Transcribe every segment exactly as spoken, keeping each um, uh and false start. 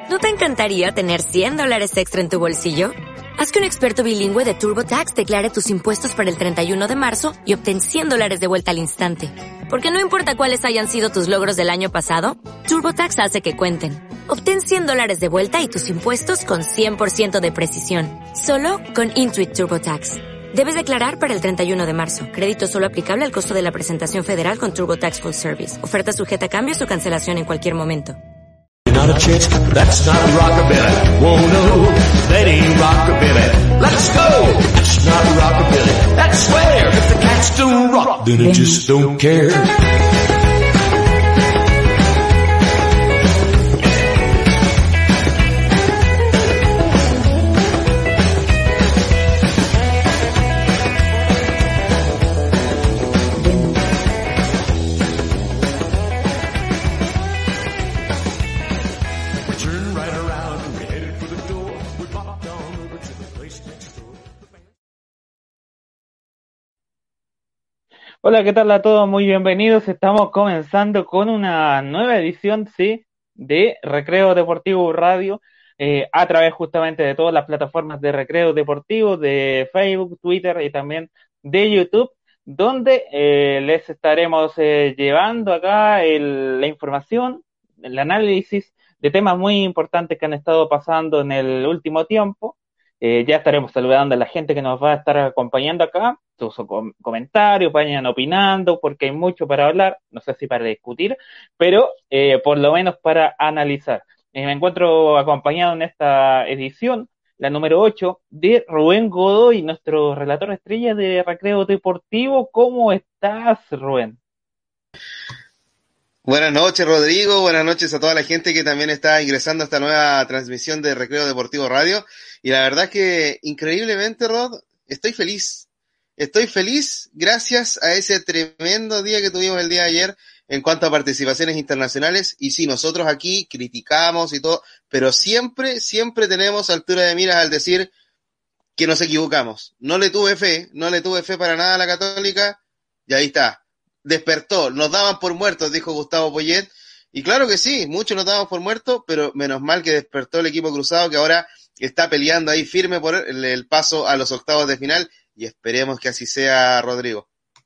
¿No te encantaría tener cien dólares extra en tu bolsillo? Haz que un experto bilingüe de TurboTax declare tus impuestos para el treinta y uno de marzo y obtén cien dólares de vuelta al instante. Porque no importa cuáles hayan sido tus logros del año pasado, TurboTax hace que cuenten. Obtén cien dólares de vuelta y tus impuestos con cien por ciento de precisión. Solo con Intuit TurboTax. Debes declarar para el treinta y uno de marzo. Crédito solo aplicable al costo de la presentación federal con TurboTax Full Service. Oferta sujeta a cambios o cancelación en cualquier momento. Not a chick, that's not rockabilly. Whoa, no, that ain't rockabilly. Let's go! That's not rockabilly. That's square. If the cats don't rock, then I just don't care. Hola, ¿qué tal a todos? Muy bienvenidos. Estamos comenzando con una nueva edición, sí, de Recreo Deportivo Radio, eh, a través justamente de todas las plataformas de Recreo Deportivo, de Facebook, Twitter y también de YouTube, donde eh, les estaremos eh, llevando acá el, la información, el análisis de temas muy importantes que han estado pasando en el último tiempo. Eh, ya estaremos saludando a la gente que nos va a estar acompañando acá, sus com- comentarios, vayan opinando, porque hay mucho para hablar, no sé si para discutir, pero eh, por lo menos para analizar. Eh, me encuentro acompañado en esta edición, la número ocho, de Rubén Godoy, nuestro relator estrella de Recreo Deportivo. ¿Cómo estás, Rubén? Buenas noches, Rodrigo. Buenas noches a toda la gente que también está ingresando a esta nueva transmisión de Recreo Deportivo Radio. Y la verdad que, increíblemente, Rod, estoy feliz. Estoy feliz gracias a ese tremendo día que tuvimos el día de ayer en cuanto a participaciones internacionales. Y sí, nosotros aquí criticamos y todo, pero siempre, siempre tenemos altura de miras al decir que nos equivocamos. No le tuve fe, no le tuve fe para nada a la Católica, y ahí está. Despertó, nos daban por muertos, dijo Gustavo Poyet, y claro que sí, muchos nos daban por muertos, pero menos mal que despertó el equipo cruzado, que ahora está peleando ahí firme por el, el paso a los octavos de final, y esperemos que así sea, Rodrigo.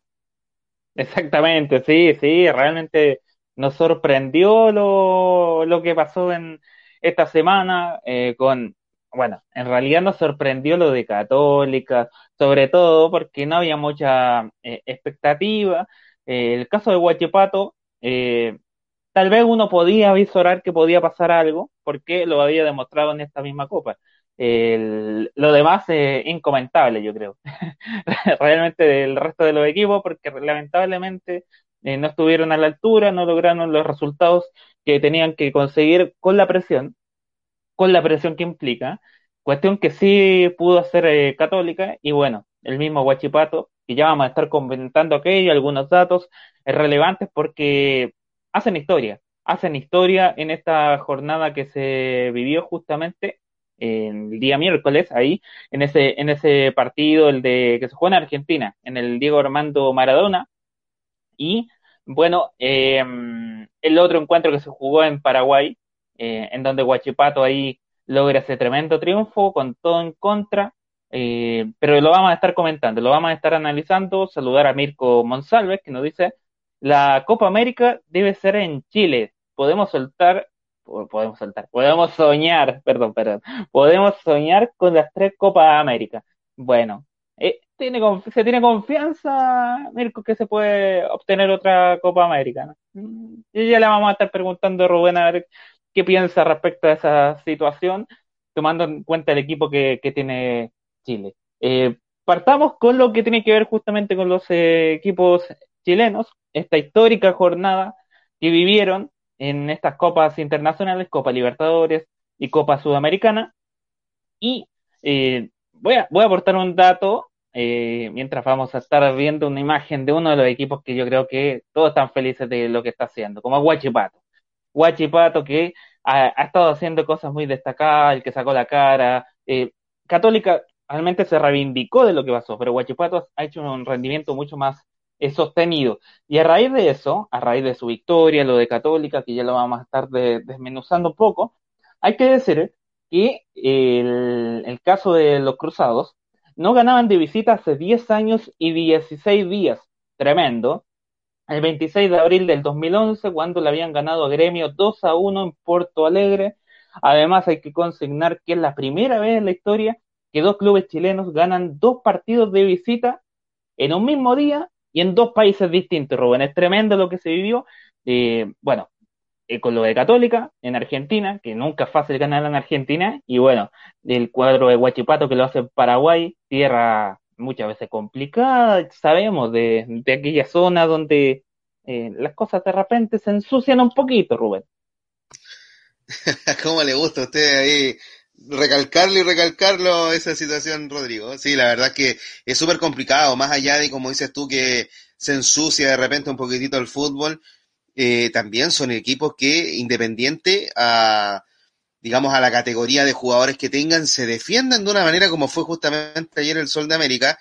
Exactamente, sí, sí, realmente nos sorprendió lo, lo que pasó en esta semana, eh, con, bueno, en realidad nos sorprendió lo de Católica, sobre todo porque no había mucha eh, expectativa. Eh, el caso de Huachipato, eh, tal vez uno podía visorar que podía pasar algo, porque lo había demostrado en esta misma Copa. El- lo demás es incomentable, yo creo. Realmente del resto de los equipos, porque lamentablemente eh, no estuvieron a la altura, no lograron los resultados que tenían que conseguir con la presión, con la presión que implica. Cuestión que sí pudo hacer eh, Católica, y bueno, el mismo Huachipato, y ya vamos a estar comentando aquello, algunos datos eh, relevantes, porque hacen historia, hacen historia en esta jornada que se vivió justamente el día miércoles, ahí, en ese, en ese partido, el de que se jugó en Argentina, en el Diego Armando Maradona, y bueno, eh, el otro encuentro que se jugó en Paraguay, eh, en donde Huachipato ahí logra ese tremendo triunfo con todo en contra, eh, pero lo vamos a estar comentando, lo vamos a estar analizando. Saludar a Mirko Monsalves, que nos dice: la Copa América debe ser en Chile, podemos soltar, po- podemos soltar, podemos soñar, perdón, perdón, podemos soñar con las tres Copas América. Bueno, eh, tiene, conf- se tiene confianza, Mirko, que se puede obtener otra Copa América, ¿no? Mm, Y ya le vamos a estar preguntando a Rubén a ver qué piensa respecto a esa situación, tomando en cuenta el equipo que, que tiene Chile. Eh, partamos con lo que tiene que ver justamente con los eh, equipos chilenos, esta histórica jornada que vivieron en estas copas internacionales, Copa Libertadores y Copa Sudamericana, y eh, voy a, voy a aportar un dato, eh, mientras vamos a estar viendo una imagen de uno de los equipos que yo creo que todos están felices de lo que está haciendo, como Huachipato. Huachipato que ha, ha estado haciendo cosas muy destacadas, el que sacó la cara. eh, Católica realmente se reivindicó de lo que pasó, pero Huachipato ha hecho un rendimiento mucho más eh, sostenido. Y a raíz de eso, a raíz de su victoria, lo de Católica, que ya lo vamos a estar de- desmenuzando un poco, Hay que decir que el, el caso de los Cruzados no ganaban de visita hace diez años y dieciséis días. Tremendo. El veintiséis de abril del dos mil once, cuando le habían ganado a Gremio dos a uno en Porto Alegre. Además, hay que consignar que es la primera vez en la historia que dos clubes chilenos ganan dos partidos de visita en un mismo día y en dos países distintos, Rubén. Es tremendo lo que se vivió. Eh, bueno, eh, con lo de Católica en Argentina, que nunca es fácil ganar en Argentina, y bueno, el cuadro de Huachipato que lo hace en Paraguay, tierra muchas veces complicada, sabemos, de, de aquella zona donde eh, las cosas de repente se ensucian un poquito, Rubén. ¿Cómo le gusta a usted ahí recalcarlo y recalcarlo esa situación, Rodrigo? Sí, la verdad que es súper complicado, más allá de, como dices tú, que se ensucia de repente un poquitito el fútbol, eh, también son equipos que, independiente a, digamos, a la categoría de jugadores que tengan, se defienden de una manera como fue justamente ayer el Sol de América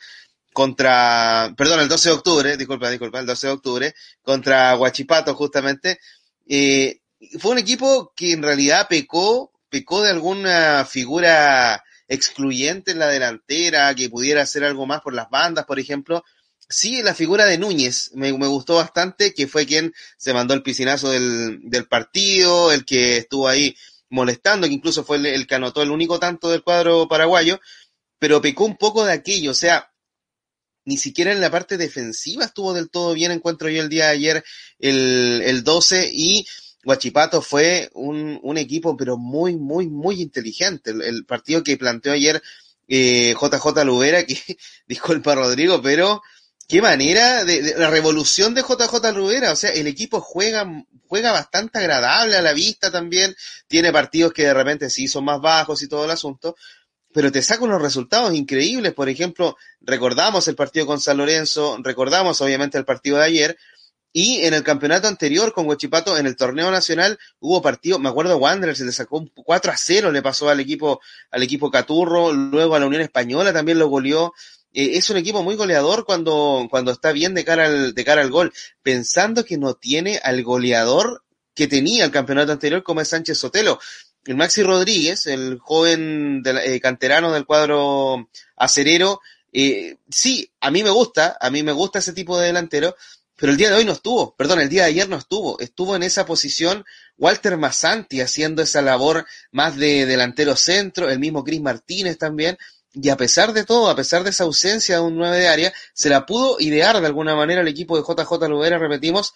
contra, perdón, el doce de octubre, disculpa, disculpa, el doce de octubre, contra Huachipato justamente. eh, Fue un equipo que en realidad pecó, pecó de alguna figura excluyente en la delantera, que pudiera hacer algo más por las bandas, por ejemplo. Sí, la figura de Núñez me, me gustó bastante, que fue quien se mandó el piscinazo del, del partido, el que estuvo ahí molestando, que incluso fue el, el que anotó el único tanto del cuadro paraguayo, pero pecó un poco de aquello, o sea, ni siquiera en la parte defensiva estuvo del todo bien, encuentro yo el día de ayer, el, el doce, y Huachipato fue un, un equipo pero muy, muy, muy inteligente. El, el partido que planteó ayer eh, J J Lubera, que disculpa Rodrigo, pero qué manera de, de la revolución de J J Lubera, o sea, el equipo juega, juega bastante agradable a la vista también, tiene partidos que de repente sí son más bajos y todo el asunto, pero te saca unos resultados increíbles. Por ejemplo, recordamos el partido con San Lorenzo, recordamos obviamente el partido de ayer, y en el campeonato anterior con Huachipato, en el torneo nacional, hubo partido, me acuerdo, Wanderers se le sacó un cuatro a cero, le pasó al equipo, al equipo Caturro, luego a la Unión Española también lo goleó. Eh, es un equipo muy goleador cuando, cuando está bien de cara al, de cara al gol, pensando que no tiene al goleador que tenía el campeonato anterior, como es Sánchez Sotelo. El Maxi Rodríguez, el joven de la, eh, canterano del cuadro acerero, eh, sí, a mí me gusta, a mí me gusta ese tipo de delantero, pero el día de hoy no estuvo, perdón, el día de ayer no estuvo, estuvo en esa posición Walter Massanti haciendo esa labor más de delantero centro, el mismo Cris Martínez también, y a pesar de todo, a pesar de esa ausencia de un nueve de área, se la pudo idear de alguna manera el equipo de J J Lubera, repetimos,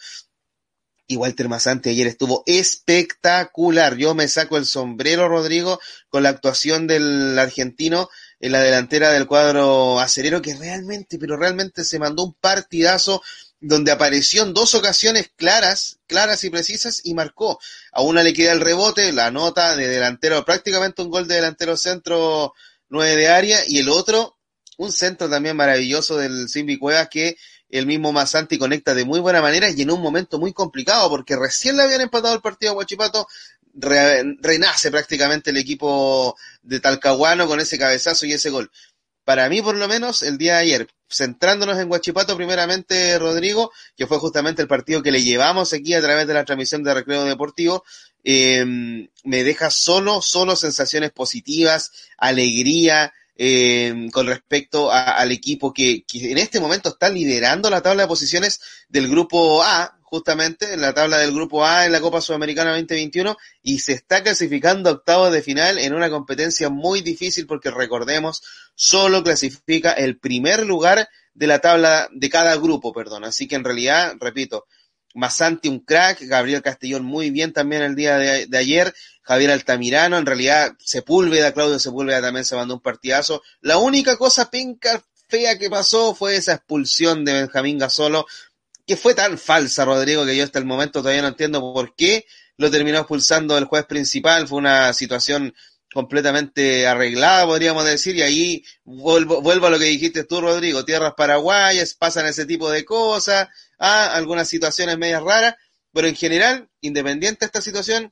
y Walter Massanti ayer estuvo espectacular. Yo me saco el sombrero, Rodrigo, con la actuación del argentino en la delantera del cuadro acerero, que realmente, pero realmente se mandó un partidazo donde apareció en dos ocasiones claras, claras y precisas, y marcó. A una le queda el rebote, la nota de delantero, prácticamente un gol de delantero centro, nueve de área, y el otro, un centro también maravilloso del Simbi Cuevas, que el mismo Massanti conecta de muy buena manera y en un momento muy complicado, porque recién le habían empatado el partido a Huachipato, re, renace prácticamente el equipo de Talcahuano con ese cabezazo y ese gol. Para mí, por lo menos, el día de ayer, centrándonos en Huachipato primeramente, Rodrigo, que fue justamente el partido que le llevamos aquí a través de la transmisión de Recreo Deportivo, eh, me deja solo, solo sensaciones positivas, alegría, Eh, con respecto a, al equipo que, que en este momento está liderando la tabla de posiciones del grupo A, justamente en la tabla del grupo A en la Copa Sudamericana veinte veintiuno, y se está clasificando a octavos de final en una competencia muy difícil, porque recordemos, solo clasifica el primer lugar de la tabla de cada grupo, perdón, así que en realidad, repito, Massanti un crack, Gabriel Castellón muy bien también el día de, de ayer, Javier Altamirano, en realidad Sepúlveda, Claudio Sepúlveda también se mandó un partidazo. La única cosa penca fea que pasó fue esa expulsión de Benjamín Gasolo, que fue tan falsa, Rodrigo, que yo hasta el momento todavía no entiendo por qué lo terminó expulsando el juez principal. Fue una situación completamente arreglada, podríamos decir, y ahí vuelvo, vuelvo a lo que dijiste tú, Rodrigo, tierras paraguayas, pasan ese tipo de cosas, ah, algunas situaciones medias raras, pero en general, independiente de esta situación,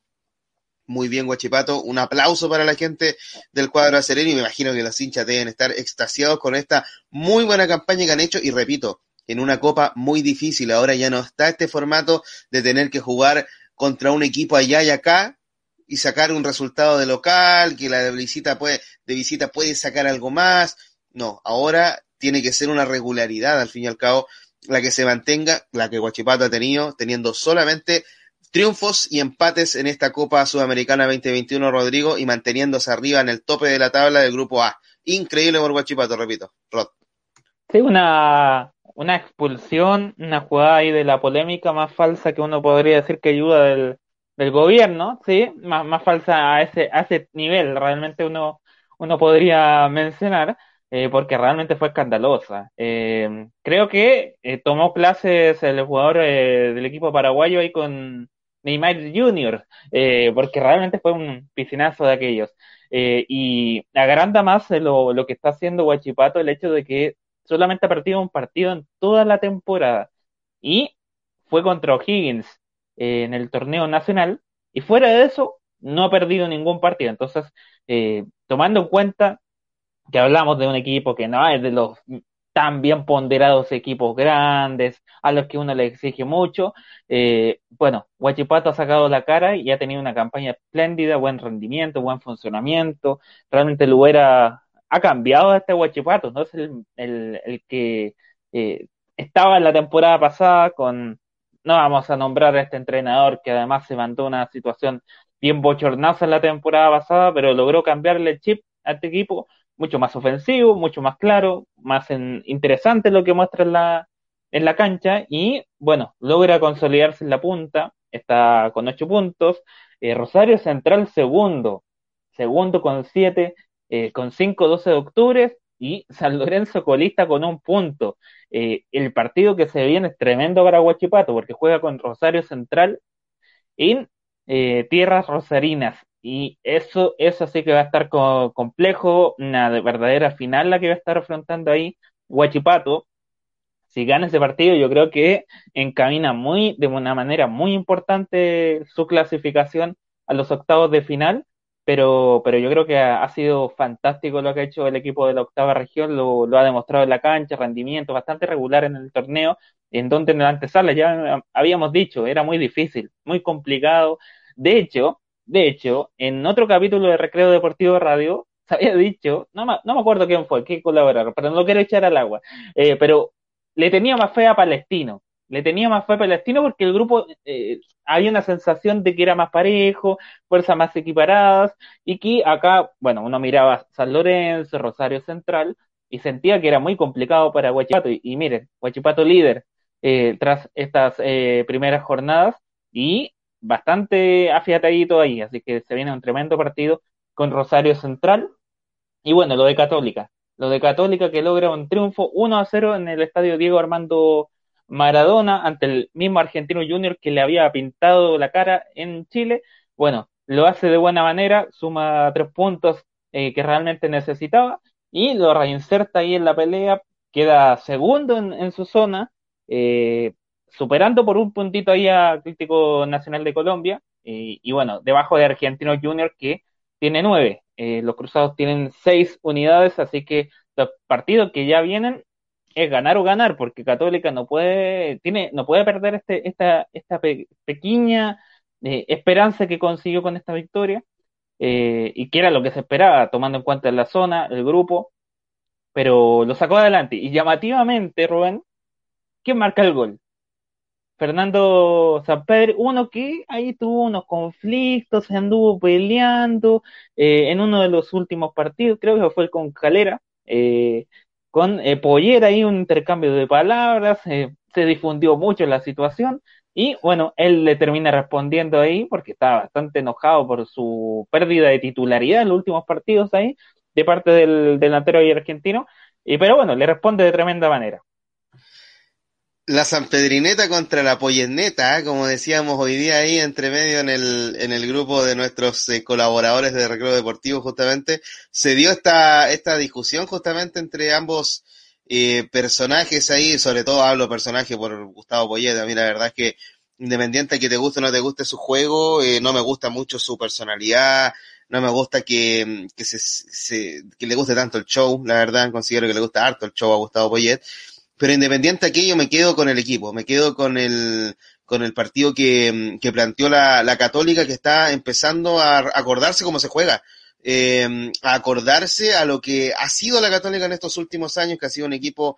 muy bien Huachipato, un aplauso para la gente del cuadro acerero, y me imagino que los hinchas deben estar extasiados con esta muy buena campaña que han hecho, y repito, en una copa muy difícil. Ahora ya no está este formato de tener que jugar contra un equipo allá y acá, y sacar un resultado de local, que la de visita puede, de visita puede sacar algo más. No, ahora tiene que ser una regularidad, al fin y al cabo, la que se mantenga, la que Huachipato ha tenido, teniendo solamente triunfos y empates en esta Copa Sudamericana veinte veintiuno, Rodrigo, y manteniéndose arriba en el tope de la tabla del grupo A. Increíble por Huachipato, repito, Rod. Sí, una, una expulsión, una jugada ahí de la polémica más falsa que uno podría decir que ayuda del, del gobierno, sí, más, más falsa a ese, a ese nivel, realmente uno, uno podría mencionar, eh, porque realmente fue escandalosa. Eh, creo que eh, tomó clases el jugador eh, del equipo paraguayo ahí con Neymar junior, eh, porque realmente fue un piscinazo de aquellos. Eh, y agranda más lo, lo que está haciendo Huachipato el hecho de que solamente ha perdido un partido en toda la temporada y fue contra O'Higgins eh, en el torneo nacional y fuera de eso no ha perdido ningún partido. Entonces, eh, tomando en cuenta que hablamos de un equipo que no es de los tan bien ponderados equipos grandes, a los que uno le exige mucho, eh, bueno, Huachipato ha sacado la cara y ha tenido una campaña espléndida, buen rendimiento, buen funcionamiento, realmente lo hubiera, ha cambiado este Huachipato, no es el, el, el que eh, estaba en la temporada pasada con, no vamos a nombrar a este entrenador que además se mandó una situación bien bochornosa en la temporada pasada, pero logró cambiarle el chip a este equipo mucho más ofensivo, mucho más claro, más en, interesante lo que muestra en la, en la cancha y bueno, logra consolidarse en la punta, está con ocho puntos, eh, Rosario Central segundo, segundo con siete, eh, con cinco doce de octubre y San Lorenzo colista con un punto. Eh, el partido que se viene es tremendo para Huachipato porque juega con Rosario Central en eh, tierras rosarinas. Y eso, eso sí que va a estar co- complejo, una de- verdadera final la que va a estar afrontando ahí Huachipato. Si gana ese partido, yo creo que encamina muy, de una manera muy importante su clasificación a los octavos de final, pero, pero yo creo que ha, ha sido fantástico lo que ha hecho el equipo de la octava región, lo, lo ha demostrado en la cancha, rendimiento bastante regular en el torneo, en donde en la antesala ya habíamos dicho, era muy difícil, muy complicado. De hecho, de hecho, en otro capítulo de Recreo Deportivo Radio, se había dicho, no me, no me acuerdo quién fue, qué colaborador, pero no lo quiero echar al agua, eh, pero le tenía más fe a Palestino. Le tenía más fe a Palestino porque el grupo eh, había una sensación de que era más parejo, fuerzas más equiparadas, y que acá, bueno, uno miraba San Lorenzo, Rosario Central, y sentía que era muy complicado para Huachipato. Y, y miren, Huachipato líder eh, tras estas eh, primeras jornadas, y bastante afiatadito ahí, así que se viene un tremendo partido con Rosario Central. Y bueno, lo de Católica. Lo de Católica que logra un triunfo uno a cero en el estadio Diego Armando Maradona ante el mismo Argentino Junior que le había pintado la cara en Chile. Bueno, lo hace de buena manera, suma tres puntos eh, que realmente necesitaba y lo reinserta ahí en la pelea, queda segundo en, en su zona, eh, superando por un puntito ahí a Atlético Nacional de Colombia y, y bueno, debajo de Argentino Junior que tiene nueve. Eh, los Cruzados tienen seis unidades, así que los partidos que ya vienen es ganar o ganar, porque Católica no puede, tiene, no puede perder este, esta, esta pe- pequeña eh, esperanza que consiguió con esta victoria, eh, y que era lo que se esperaba, tomando en cuenta la zona, el grupo, pero lo sacó adelante. Y llamativamente, Rubén, ¿quién marca el gol? Fernando Sampedri, uno que ahí tuvo unos conflictos, se anduvo peleando eh, en uno de los últimos partidos, creo que fue con Calera, eh, con eh, Pollera, ahí un intercambio de palabras, eh, se difundió mucho la situación y bueno, él le termina respondiendo ahí porque estaba bastante enojado por su pérdida de titularidad en los últimos partidos ahí, de parte del delantero ahí argentino, y, pero bueno, le responde de tremenda manera. La Sanpedrineta contra la Poyenneta, ¿eh? Como decíamos hoy día ahí entre medio en el, en el grupo de nuestros eh, colaboradores de Recreo Deportivo, justamente, se dio esta, esta discusión justamente entre ambos eh, personajes ahí, sobre todo hablo personaje por Gustavo Poyet. A mí la verdad es que independiente de que te guste o no te guste su juego, eh, no me gusta mucho su personalidad, no me gusta que, que, se, se, que le guste tanto el show, la verdad, considero que le gusta harto el show a Gustavo Poyet. Pero independiente de aquello, me quedo con el equipo, me quedo con el, con el partido que, que planteó la, la Católica, que está empezando a acordarse cómo se juega, eh, a acordarse a lo que ha sido la Católica en estos últimos años, que ha sido un equipo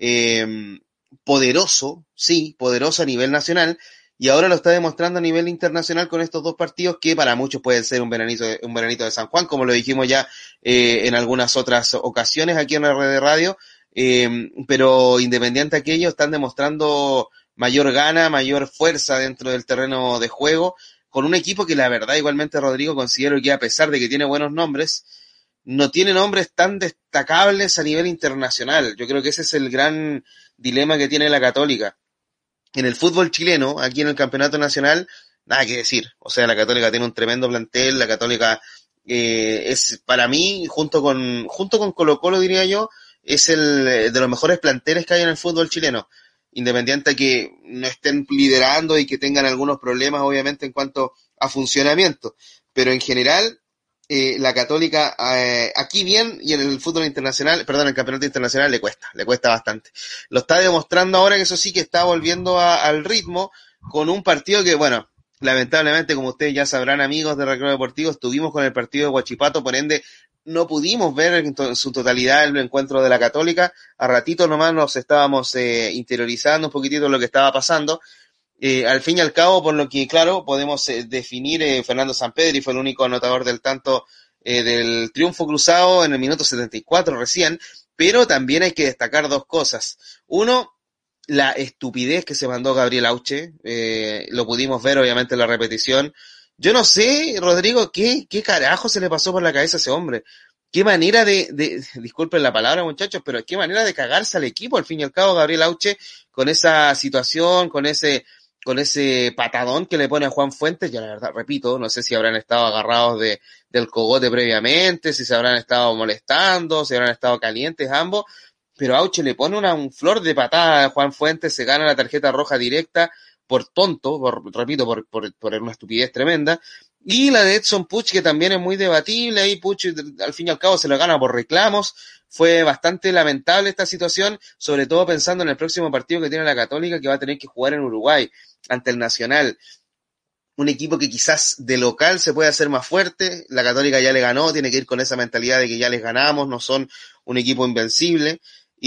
eh, poderoso, sí, poderoso a nivel nacional, y ahora lo está demostrando a nivel internacional con estos dos partidos que para muchos pueden ser un veranito, un veranito de San Juan, como lo dijimos ya eh, en algunas otras ocasiones aquí en la red de radio, eh, pero independiente de aquello, están demostrando mayor gana, mayor fuerza dentro del terreno de juego, con un equipo que la verdad igualmente, Rodrigo, considero que a pesar de que tiene buenos nombres, no tiene nombres tan destacables a nivel internacional. Yo creo que ese es el gran dilema que tiene la Católica. En el fútbol chileno, aquí en el campeonato nacional, nada que decir. O sea, la Católica tiene un tremendo plantel, la Católica eh, es, para mí, junto con junto con Colo-Colo, diría yo, es el de los mejores planteles que hay en el fútbol chileno. Independiente de que no estén liderando y que tengan algunos problemas, obviamente, en cuanto a funcionamiento. Pero en general, eh, la Católica, eh, aquí bien, y en el fútbol internacional, perdón, en el campeonato internacional le cuesta, le cuesta bastante. Lo está demostrando ahora, que eso sí, que está volviendo a, al ritmo, con un partido que, bueno, lamentablemente, como ustedes ya sabrán, amigos de Recreo Deportivo, estuvimos con el partido de Huachipato, por ende, no pudimos ver en to- su totalidad el encuentro de la Católica. A ratito nomás nos estábamos eh, interiorizando un poquitito lo que estaba pasando. Eh, al fin y al cabo, por lo que, claro, podemos eh, definir, eh, Fernando Sampedri fue el único anotador del tanto eh, del triunfo cruzado en el minuto setenta y cuatro recién, pero también hay que destacar dos cosas. Uno, la estupidez que se mandó Gabriel Auche, eh, lo pudimos ver obviamente en la repetición. Yo no sé, Rodrigo, qué, qué carajo se le pasó por la cabeza a ese hombre. Qué manera de, de, disculpen la palabra, muchachos, pero qué manera de cagarse al equipo, al fin y al cabo, Gabriel Auche, con esa situación, con ese, con ese patadón que le pone a Juan Fuentes. Yo la verdad, repito, no sé si habrán estado agarrados de, del cogote previamente, si se habrán estado molestando, si habrán estado calientes ambos, pero Auche le pone una un flor de patada a Juan Fuentes, se gana la tarjeta roja directa por tonto, por, repito, por, por, por una estupidez tremenda. Y la de Edson Puch, que también es muy debatible, ahí Puch al fin y al cabo se lo gana por reclamos. Fue bastante lamentable esta situación, sobre todo pensando en el próximo partido que tiene la Católica, que va a tener que jugar en Uruguay, ante el Nacional. Un equipo que quizás de local se puede hacer más fuerte, la Católica ya le ganó, tiene que ir con esa mentalidad de que ya les ganamos, no son un equipo invencible,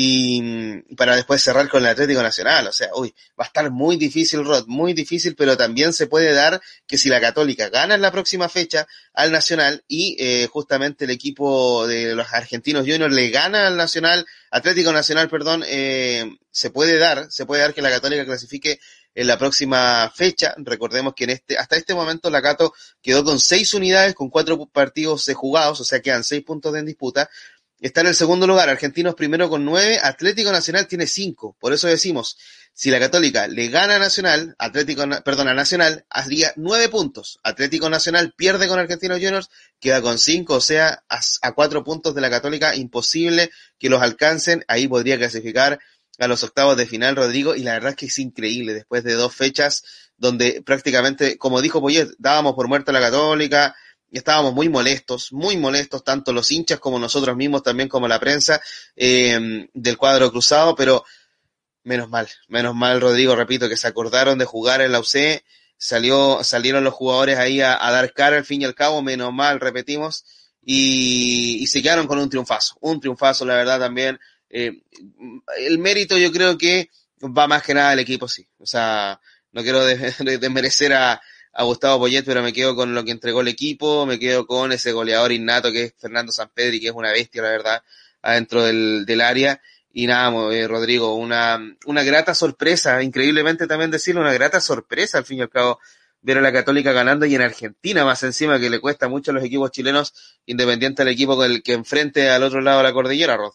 y para después cerrar con el Atlético Nacional. O sea, uy, va a estar muy difícil, Rod, muy difícil, pero también se puede dar que si la Católica gana en la próxima fecha al Nacional y eh, justamente el equipo de los argentinos Juniors le gana al Nacional, Atlético Nacional, perdón, eh, se puede dar, se puede dar que la Católica clasifique en la próxima fecha. Recordemos que en este, hasta este momento la Cato quedó con seis unidades, con cuatro partidos jugados, o sea, quedan seis puntos en disputa. Está en el segundo lugar, Argentinos primero con nueve, Atlético Nacional tiene cinco. Por eso decimos, si la Católica le gana a Nacional, Atlético, perdón, a Nacional, haría nueve puntos. Atlético Nacional pierde con Argentinos Juniors, queda con cinco, o sea, a, a cuatro puntos de la Católica, imposible que los alcancen. Ahí podría clasificar a los octavos de final, Rodrigo, y la verdad es que es increíble, después de dos fechas donde prácticamente, como dijo Poyet, dábamos por muerta a la Católica. Estábamos muy molestos, muy molestos, tanto los hinchas como nosotros mismos, también como la prensa eh, del cuadro cruzado, pero menos mal, menos mal, Rodrigo, repito, que se acordaron de jugar en la U C, salió, salieron los jugadores ahí a, a dar cara al fin y al cabo, menos mal, repetimos, y, y se quedaron con un triunfazo, un triunfazo, la verdad también. Eh, el mérito yo creo que va más que nada al equipo, sí, o sea, no quiero desmerecer a a Gustavo Poyet, pero me quedo con lo que entregó el equipo, me quedo con ese goleador innato que es Fernando Sampedri, que es una bestia, la verdad, adentro del, del área. Y nada, eh, Rodrigo, una, una grata sorpresa, increíblemente también decirlo, una grata sorpresa, al fin y al cabo, ver a la Católica ganando, y en Argentina más encima, que le cuesta mucho a los equipos chilenos, independiente del equipo con el que enfrente al otro lado de la cordillera, Rod.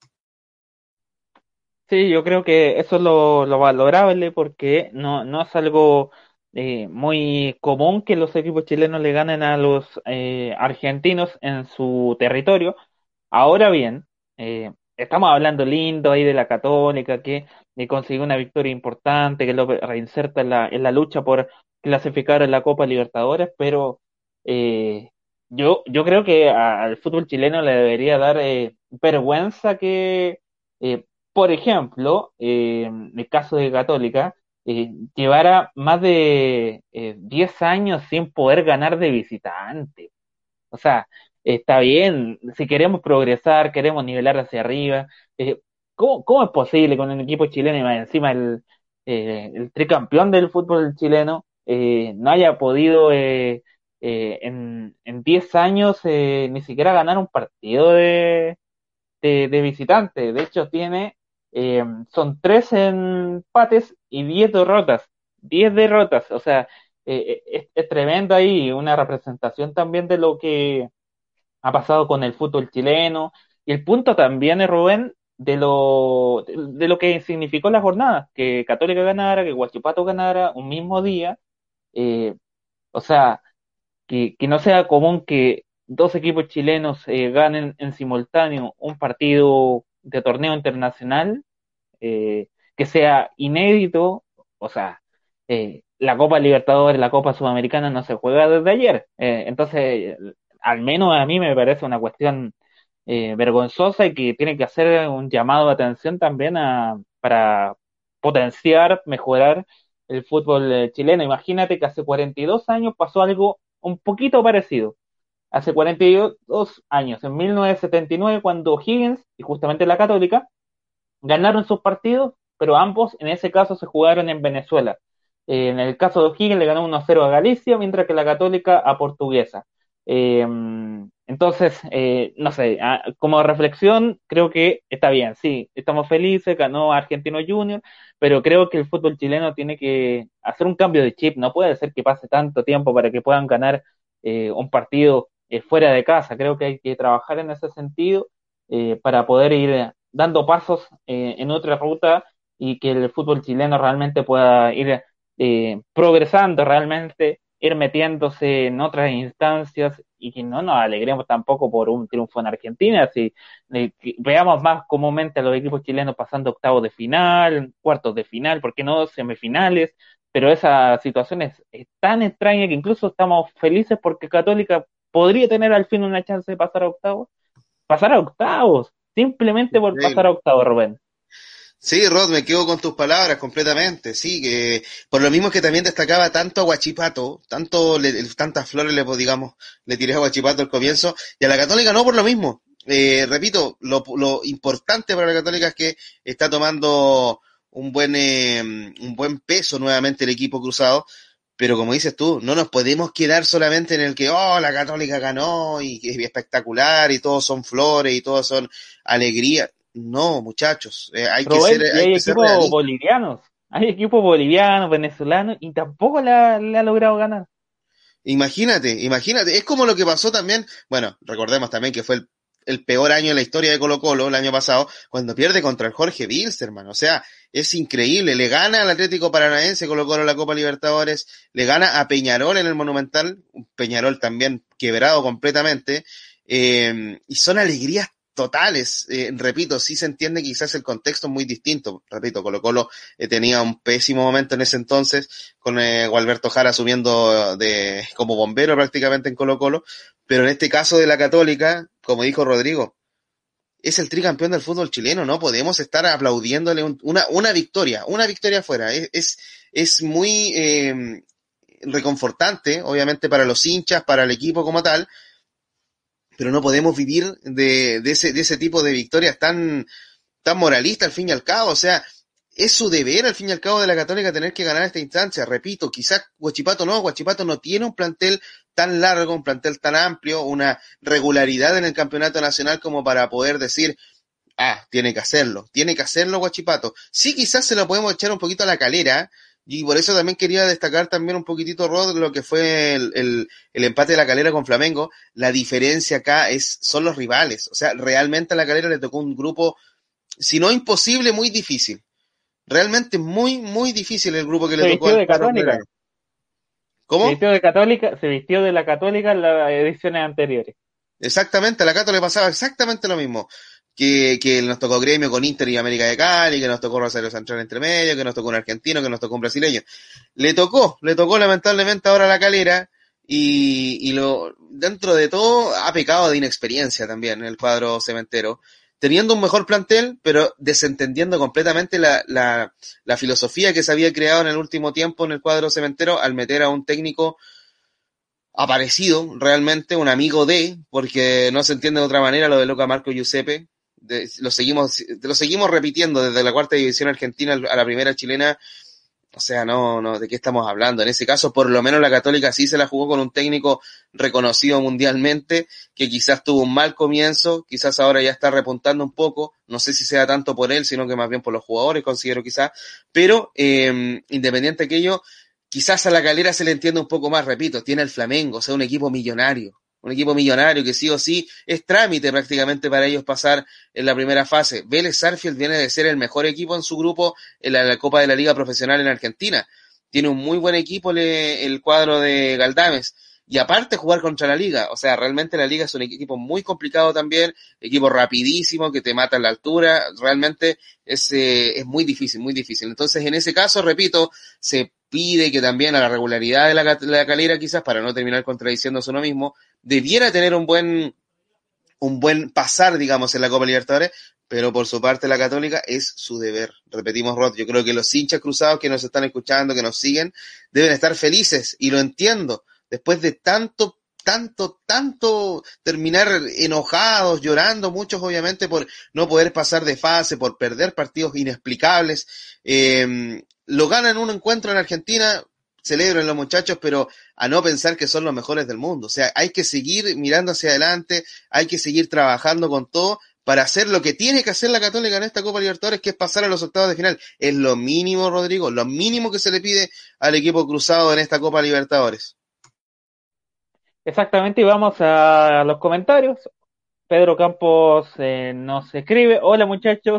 Sí, yo creo que eso es lo, lo valorable, porque no, no es algo eh, muy común que los equipos chilenos le ganen a los eh, argentinos en su territorio. Ahora bien, eh, estamos hablando lindo ahí de la Católica, que eh, consiguió una victoria importante, que lo reinserta en la, en la lucha por clasificar en la Copa Libertadores, pero eh, yo, yo creo que a- al fútbol chileno le debería dar eh, vergüenza que, eh, por ejemplo, eh, en el caso de Católica, eh, llevara más de eh, diez años sin poder ganar de visitante. O sea, está bien, si queremos progresar, queremos nivelar hacia arriba, eh, ¿cómo, cómo es posible con un equipo chileno y más encima el, eh, el tricampeón del fútbol chileno eh, no haya podido eh, eh, en, en diez años eh, ni siquiera ganar un partido de, de, de visitante? De hecho, tiene, eh, son tres empates y diez derrotas. Diez derrotas, o sea, eh, es, es tremendo ahí, una representación también de lo que ha pasado con el fútbol chileno. Y el punto también es, Rubén, de lo, de lo que significó la jornada, que Católica ganara, que Huachipato ganara un mismo día. eh, o sea, que, que no sea común que dos equipos chilenos eh, ganen en simultáneo un partido de torneo internacional, eh, que sea inédito. O sea, eh, la Copa Libertadores, la Copa Sudamericana no se juega desde ayer. Eh, entonces, al menos a mí me parece una cuestión eh, vergonzosa y que tiene que hacer un llamado de atención también a, para potenciar, mejorar el fútbol eh, chileno. Imagínate que hace cuarenta y dos años pasó algo un poquito parecido. Hace cuarenta y dos años, en mil novecientos setenta y nueve, cuando O'Higgins y justamente la Católica ganaron sus partidos, pero ambos en ese caso se jugaron en Venezuela. Eh, en el caso de O'Higgins le ganó uno cero a Galicia, mientras que la Católica a Portuguesa. Eh, entonces, eh, no sé, a, como reflexión creo que está bien, sí, estamos felices, ganó Argentino Junior, pero creo que el fútbol chileno tiene que hacer un cambio de chip. No puede ser que pase tanto tiempo para que puedan ganar eh, un partido eh, fuera de casa. Creo que hay que trabajar en ese sentido eh, para poder ir dando pasos eh, en otra ruta y que el fútbol chileno realmente pueda ir eh, progresando, realmente ir metiéndose en otras instancias y que no nos alegremos tampoco por un triunfo en Argentina. Si eh, veamos más comúnmente a los equipos chilenos pasando octavos de final, cuartos de final, ¿por qué no semifinales? Pero esa situación es, es tan extraña que incluso estamos felices porque Católica podría tener al fin una chance de pasar a octavos. Pasar a octavos, simplemente por pasar a octavos, Rubén. Sí, Rod, me quedo con tus palabras completamente, sí, que por lo mismo que también destacaba tanto a Huachipato, tanto le, tantas flores le, digamos, le tiré a Huachipato al comienzo, y a la Católica no por lo mismo. Eh, repito, lo, lo importante para la Católica es que está tomando un buen, eh, un buen peso nuevamente el equipo cruzado, pero como dices tú, no nos podemos quedar solamente en el que, oh, la Católica ganó y que es espectacular y todos son flores y todos son alegría. No, muchachos, eh, hay Rubén, que ser, y hay hay que ser equipos realistas. bolivianos, hay equipos bolivianos, venezolanos, y tampoco le le ha logrado ganar. Imagínate, imagínate, es como lo que pasó también, bueno, recordemos también que fue el, el peor año de la historia de Colo Colo el año pasado, cuando pierde contra el Jorge Wilstermann. O sea, es increíble, le gana al Atlético Paranaense Colo Colo en la Copa Libertadores, le gana a Peñarol en el Monumental, un Peñarol también quebrado completamente, eh, y son alegrías totales. Eh, repito, sí se entiende quizás el contexto muy distinto. Repito, Colo Colo eh, tenía un pésimo momento en ese entonces, con eh, Gualberto Jara asumiendo de, como bombero prácticamente en Colo Colo, pero en este caso de la Católica, como dijo Rodrigo, es el tricampeón del fútbol chileno, no podemos estar aplaudiéndole un, una, una victoria, una victoria afuera. Es, es, es muy eh, reconfortante, obviamente, para los hinchas, para el equipo como tal, pero no podemos vivir de, de, ese, de ese tipo de victorias tan, tan moralistas al fin y al cabo. O sea, es su deber al fin y al cabo de la Católica tener que ganar esta instancia. Repito, quizás Huachipato no, Huachipato no tiene un plantel tan largo, un plantel tan amplio, una regularidad en el campeonato nacional como para poder decir, ah, tiene que hacerlo, tiene que hacerlo Huachipato. Sí, quizás se lo podemos echar un poquito a la calera, y por eso también quería destacar también un poquitito, Rod, lo que fue el, el, el empate de la Calera con Flamengo. La diferencia acá es, son los rivales. O sea, realmente a la Calera le tocó un grupo, si no imposible, muy difícil. Realmente muy, muy difícil el grupo que Se le tocó vistió al de cuadro Católica. caleraño. ¿Cómo? Se vistió de Católica, se vistió de la Católica en las ediciones anteriores. Exactamente, a la Cato le pasaba exactamente lo mismo. Que, que nos tocó gremio con Inter y América de Cali, que nos tocó Rosario Central entre medio, que nos tocó un argentino, que nos tocó un brasileño. Le tocó, le tocó lamentablemente ahora a la Calera, y, y lo, dentro de todo ha pecado de inexperiencia también el cuadro cementero. teniendo un mejor plantel, pero desentendiendo completamente la, la, la filosofía que se había creado en el último tiempo en el cuadro cementero al meter a un técnico aparecido, realmente, un amigo de, porque no se entiende de otra manera lo de Luca Marco Giuseppe. De, lo seguimos, lo seguimos repitiendo desde la cuarta división argentina a la primera chilena. O sea, no, no, ¿de qué estamos hablando? En ese caso, por lo menos la Católica sí se la jugó con un técnico reconocido mundialmente, que quizás tuvo un mal comienzo, quizás ahora ya está repuntando un poco, no sé si sea tanto por él, sino que más bien por los jugadores, considero quizás, pero eh, independiente de aquello, quizás a la Calera se le entiende un poco más, repito, tiene el Flamengo, o sea, un equipo millonario, un equipo millonario que sí o sí es trámite prácticamente para ellos pasar en la primera fase. Vélez Sarsfield viene de ser el mejor equipo en su grupo en la, la Copa de la Liga Profesional en Argentina. Tiene un muy buen equipo le, el cuadro de Galdames. Y aparte jugar contra la Liga, o sea, realmente la Liga es un equipo muy complicado también, equipo rapidísimo, que te mata en la altura, realmente es, eh, es muy difícil, muy difícil. Entonces, en ese caso, repito, se pide que también a la regularidad de la, de la Calera, quizás, para no terminar contradiciéndose uno mismo, debiera tener un buen, un buen pasar, digamos, en la Copa Libertadores, pero por su parte la Católica es su deber. Repetimos, Rod, yo creo que los hinchas cruzados que nos están escuchando, que nos siguen, deben estar felices, y lo entiendo. Después de tanto, tanto, tanto terminar enojados, llorando, muchos obviamente por no poder pasar de fase, por perder partidos inexplicables, eh, lo ganan un encuentro en Argentina, celebran los muchachos, pero a no pensar que son los mejores del mundo. O sea, hay que seguir mirando hacia adelante, hay que seguir trabajando con todo para hacer lo que tiene que hacer la Católica en esta Copa Libertadores, que es pasar a los octavos de final. Es lo mínimo, Rodrigo, lo mínimo que se le pide al equipo cruzado en esta Copa Libertadores. Exactamente, y vamos a los comentarios. Pedro Campos eh, nos escribe: hola muchachos,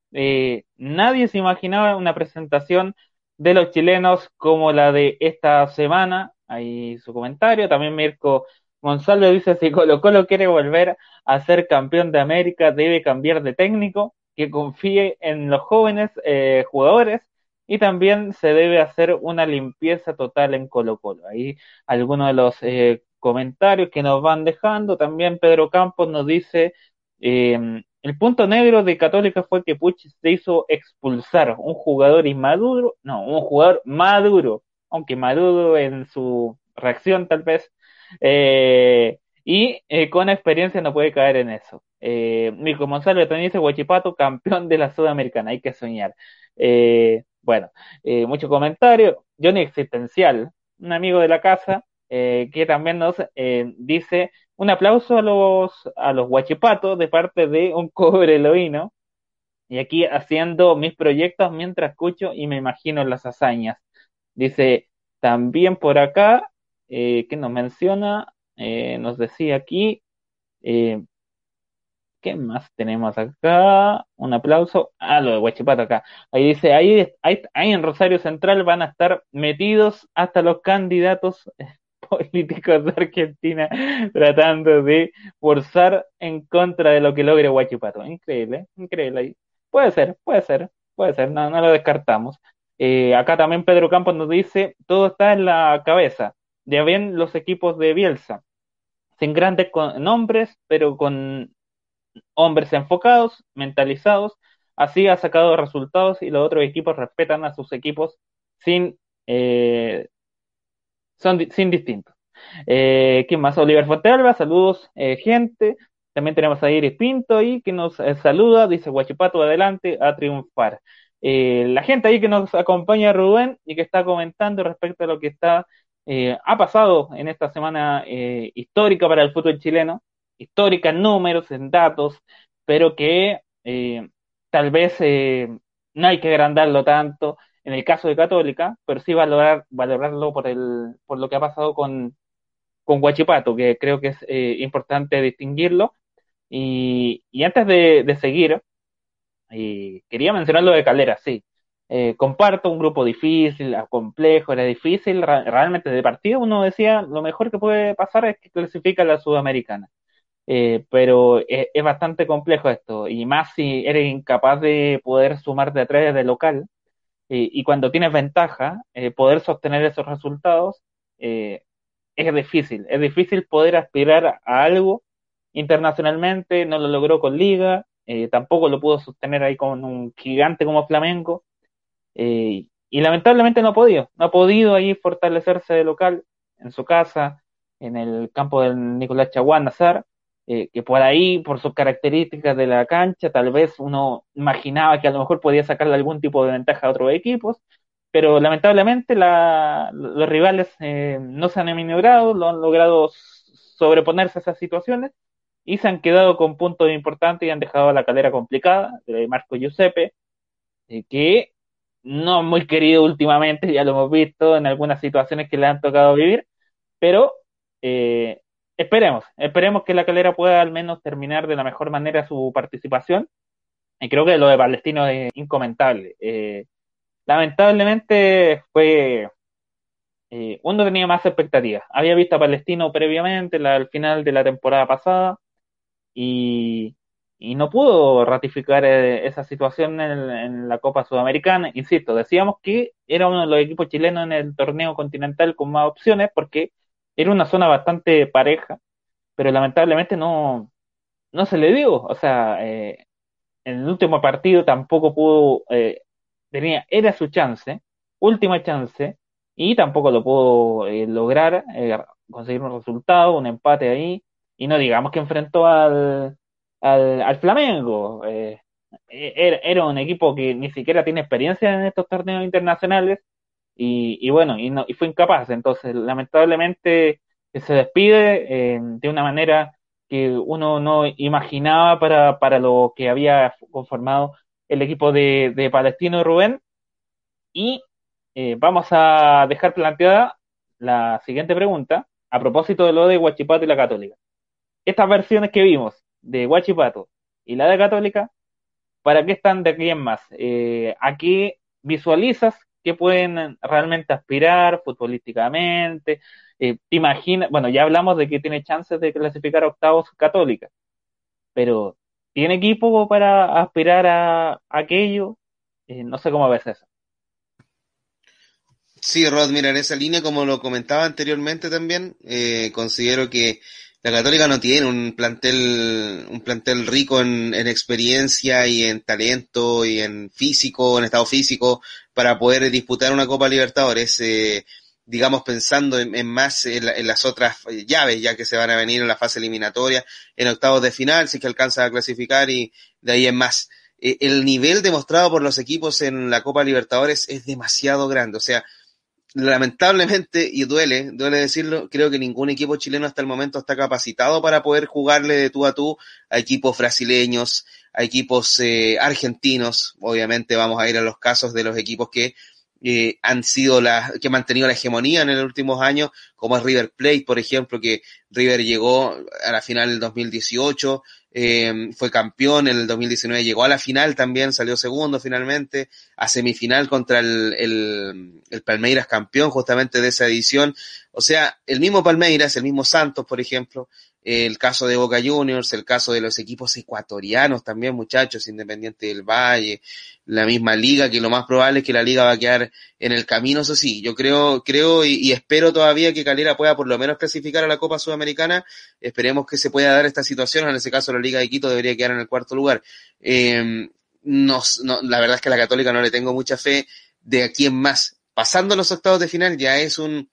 eh, nadie se imaginaba una presentación de los chilenos como la de esta semana. Ahí su comentario. También Mirko Gonzalo dice: si Colo Colo quiere volver a ser campeón de América, debe cambiar de técnico, que confíe en los jóvenes eh, jugadores, y también se debe hacer una limpieza total en Colo Colo. Ahí algunos de los eh, comentarios que nos van dejando. También Pedro Campos nos dice: eh, el punto negro de Católica fue que Puch se hizo expulsar, un jugador inmaduro, no, un jugador maduro, aunque maduro en su reacción tal vez, eh, y eh, con experiencia no puede caer en eso. Eh, Mirko Gonzalo también dice: Huachipato, campeón de la Sudamericana, hay que soñar. Eh, bueno, eh, mucho comentario. Johnny Existencial, un amigo de la casa, eh, que también nos eh, dice: un aplauso a los a los Huachipatos de parte de un cobreloíno, y aquí haciendo mis proyectos mientras escucho y me imagino las hazañas. Dice también por acá, eh, que nos menciona, eh, nos decía aquí, eh, ¿qué más tenemos acá? Un aplauso. Ah, lo de Huachipato acá. Ahí dice: ahí, ahí, ahí en Rosario Central van a estar metidos hasta los candidatos políticos de Argentina, tratando de forzar en contra de lo que logre Huachipato. Increíble, increíble. Ahí. Puede ser, puede ser, puede ser, no, no lo descartamos. Eh, acá también Pedro Campos nos dice: todo está en la cabeza. Ya ven los equipos de Bielsa, sin grandes con- nombres, pero con hombres enfocados, mentalizados, así ha sacado resultados, y los otros equipos respetan a sus equipos sin, eh, son di- sin distintos. Eh, ¿Quién más? Oliver Fontealba, saludos, eh, gente. También tenemos a Iris Pinto ahí que nos eh, saluda, dice: Huachipato adelante a triunfar. Eh, la gente ahí que nos acompaña, Rubén, y que está comentando respecto a lo que está eh, ha pasado en esta semana eh, histórica para el fútbol chileno, histórica en números, en datos, pero que eh, tal vez eh, no hay que agrandarlo tanto en el caso de Católica, pero sí valorar, valorarlo por el, por lo que ha pasado con, con Huachipato, que creo que es eh, importante distinguirlo. Y, y antes de, de seguir, eh, quería mencionar lo de Calera, sí. Eh, comparto un grupo difícil, complejo, era difícil, ra- realmente de partido uno decía: lo mejor que puede pasar es que clasifica a la Sudamericana. Eh, pero es, es bastante complejo esto, y más si eres incapaz de poder sumar de tres de local, eh, y cuando tienes ventaja, eh, poder sostener esos resultados, eh, es difícil, es difícil poder aspirar a algo internacionalmente. No lo logró con Liga, eh, tampoco lo pudo sostener ahí con un gigante como Flamengo, eh, y lamentablemente no ha podido, no ha podido ahí fortalecerse de local, en su casa, en el campo del Nicolás Chaguán Nazar, eh, que por ahí, por sus características de la cancha, tal vez uno imaginaba que a lo mejor podía sacarle algún tipo de ventaja a otros equipos, pero lamentablemente la, los rivales eh, no se han aminobrado, lo han logrado sobreponerse a esas situaciones y se han quedado con puntos importantes y han dejado la Calera complicada de Marco Giuseppe, eh, que no muy querido últimamente, ya lo hemos visto en algunas situaciones que le han tocado vivir, pero eh, esperemos, esperemos que la Calera pueda al menos terminar de la mejor manera su participación, y creo que lo de Palestino es incomentable. Eh, lamentablemente fue, eh, uno tenía más expectativas, había visto a Palestino previamente, la, al final de la temporada pasada, y, y no pudo ratificar eh, esa situación en, en la Copa Sudamericana. Insisto, decíamos que era uno de los equipos chilenos en el torneo continental con más opciones porque era una zona bastante pareja, pero lamentablemente no, no se le dio. O sea, eh, en el último partido tampoco pudo, eh, tenía, era su chance, última chance, y tampoco lo pudo eh, lograr, eh, conseguir un resultado, un empate ahí, y no digamos que enfrentó al, al, al Flamengo. Eh, era, era un equipo que ni siquiera tiene experiencia en estos torneos internacionales, y, y bueno, y, no, y fue incapaz. Entonces, lamentablemente, se despide eh, de una manera que uno no imaginaba para, para lo que había conformado el equipo de, de Palestino Rubén. Y eh, vamos a dejar planteada la siguiente pregunta a propósito de lo de Huachipato y la Católica. Estas versiones que vimos de Huachipato y la de Católica, ¿para qué están de aquí en más? Eh, ¿A qué visualizas que pueden realmente aspirar futbolísticamente? Eh, ¿Te imaginas? Bueno, ya hablamos de que tiene chances de clasificar a octavos Católica, pero ¿tiene equipo para aspirar a, a aquello? Eh, no sé cómo ves eso. Sí, Rod, mira, en esa línea, como lo comentaba anteriormente también, eh, considero que la Católica no tiene un plantel, un plantel rico en, en experiencia y en talento y en físico, en estado físico, para poder disputar una Copa Libertadores, eh, digamos pensando en, en más en, la, en las otras llaves, ya que se van a venir en la fase eliminatoria, en octavos de final, si es que alcanza a clasificar, y de ahí en más. Eh, el nivel demostrado por los equipos en la Copa Libertadores es demasiado grande, o sea, lamentablemente, y duele, duele decirlo, creo que ningún equipo chileno hasta el momento está capacitado para poder jugarle de tú a tú a equipos brasileños, a equipos eh, argentinos. Obviamente vamos a ir a los casos de los equipos que eh, han sido la, que han mantenido la hegemonía en los últimos años, como es River Plate, por ejemplo, que River llegó a la final del dos mil dieciocho, eh, fue campeón en el dos mil diecinueve, llegó a la final también, salió segundo finalmente, a semifinal contra el, el, el Palmeiras campeón justamente de esa edición. O sea, el mismo Palmeiras, el mismo Santos, por ejemplo, el caso de Boca Juniors, el caso de los equipos ecuatorianos también, muchachos, Independiente del Valle, la misma liga, que lo más probable es que la liga va a quedar en el camino. Eso sí, yo creo, creo y, y espero todavía que Calera pueda por lo menos clasificar a la Copa Sudamericana. Esperemos que se pueda dar esta situación. En ese caso la Liga de Quito debería quedar en el cuarto lugar. Eh, no, no, la verdad es que a la Católica no le tengo mucha fe de aquí en más. Pasando los octavos de final ya es un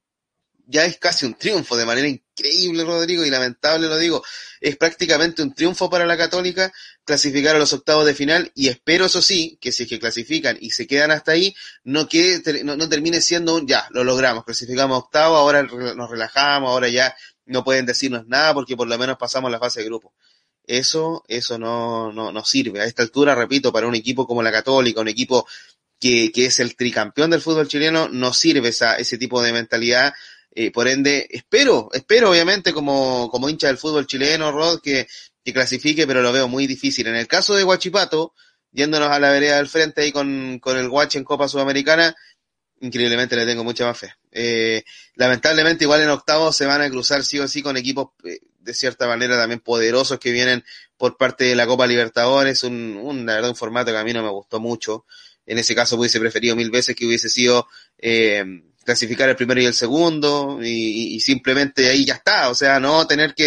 ya es casi un triunfo, de manera increíble, Rodrigo, y lamentable lo digo, es prácticamente un triunfo para la Católica clasificar a los octavos de final, y espero, eso sí, que si es que clasifican y se quedan hasta ahí, no que no, no termine siendo un, ya, lo logramos, clasificamos a octavo, ahora nos relajamos, ahora ya no pueden decirnos nada porque por lo menos pasamos la fase de grupo. Eso, eso no, no, no sirve. A esta altura, repito, para un equipo como la Católica, un equipo que, que es el tricampeón del fútbol chileno, no sirve esa, ese tipo de mentalidad. Eh, por ende, espero, espero obviamente como, como hincha del fútbol chileno, Rod, que, que clasifique, pero lo veo muy difícil. En el caso de Huachipato, yéndonos a la vereda del frente ahí con, con el Guachi en Copa Sudamericana, increíblemente le tengo mucha más fe. Eh, lamentablemente igual en octavos se van a cruzar sí o sí con equipos eh, de cierta manera también poderosos que vienen por parte de la Copa Libertadores, un, un, la verdad un formato que a mí no me gustó mucho. En ese caso hubiese preferido mil veces que hubiese sido eh, clasificar el primero y el segundo y, y simplemente ahí ya está, o sea, no tener que,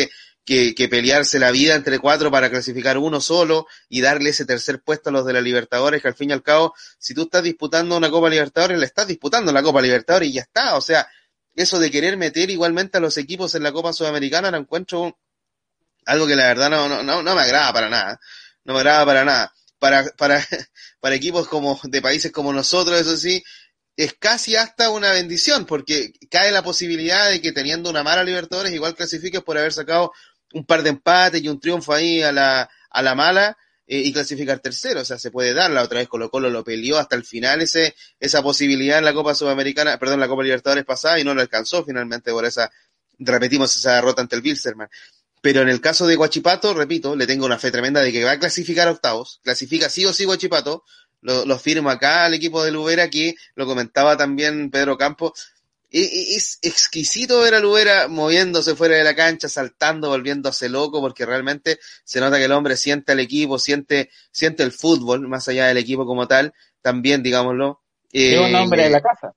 que, que pelearse la vida entre cuatro para clasificar uno solo y darle ese tercer puesto a los de la Libertadores, que al fin y al cabo, si tú estás disputando una Copa Libertadores, le estás disputando la Copa Libertadores y ya está. O sea, eso de querer meter igualmente a los equipos en la Copa Sudamericana, lo encuentro algo que la verdad no, no, no, no me agrada para nada. No me agrada para nada. Para, para, para equipos como de países como nosotros, eso sí, es casi hasta una bendición, porque cae la posibilidad de que teniendo una mala Libertadores igual clasifiques por haber sacado un par de empates y un triunfo ahí a la, a la mala, eh, y clasificar tercero. O sea, se puede dar. La otra vez Colo Colo lo peleó hasta el final ese, esa posibilidad en la Copa Sudamericana, perdón, la Copa Libertadores pasada, y no lo alcanzó finalmente por esa, repetimos esa derrota ante el Wilstermann. Pero en el caso de Huachipato, repito, le tengo una fe tremenda de que va a clasificar a octavos, clasifica sí o sí Huachipato, lo, lo firmo acá al equipo de Lubera, que lo comentaba también Pedro Campos. Es exquisito ver a Lubera moviéndose fuera de la cancha, saltando, volviéndose loco, porque realmente se nota que el hombre siente al equipo, siente, siente el fútbol, más allá del equipo como tal, también, digámoslo. Es un hombre Eh, de la casa.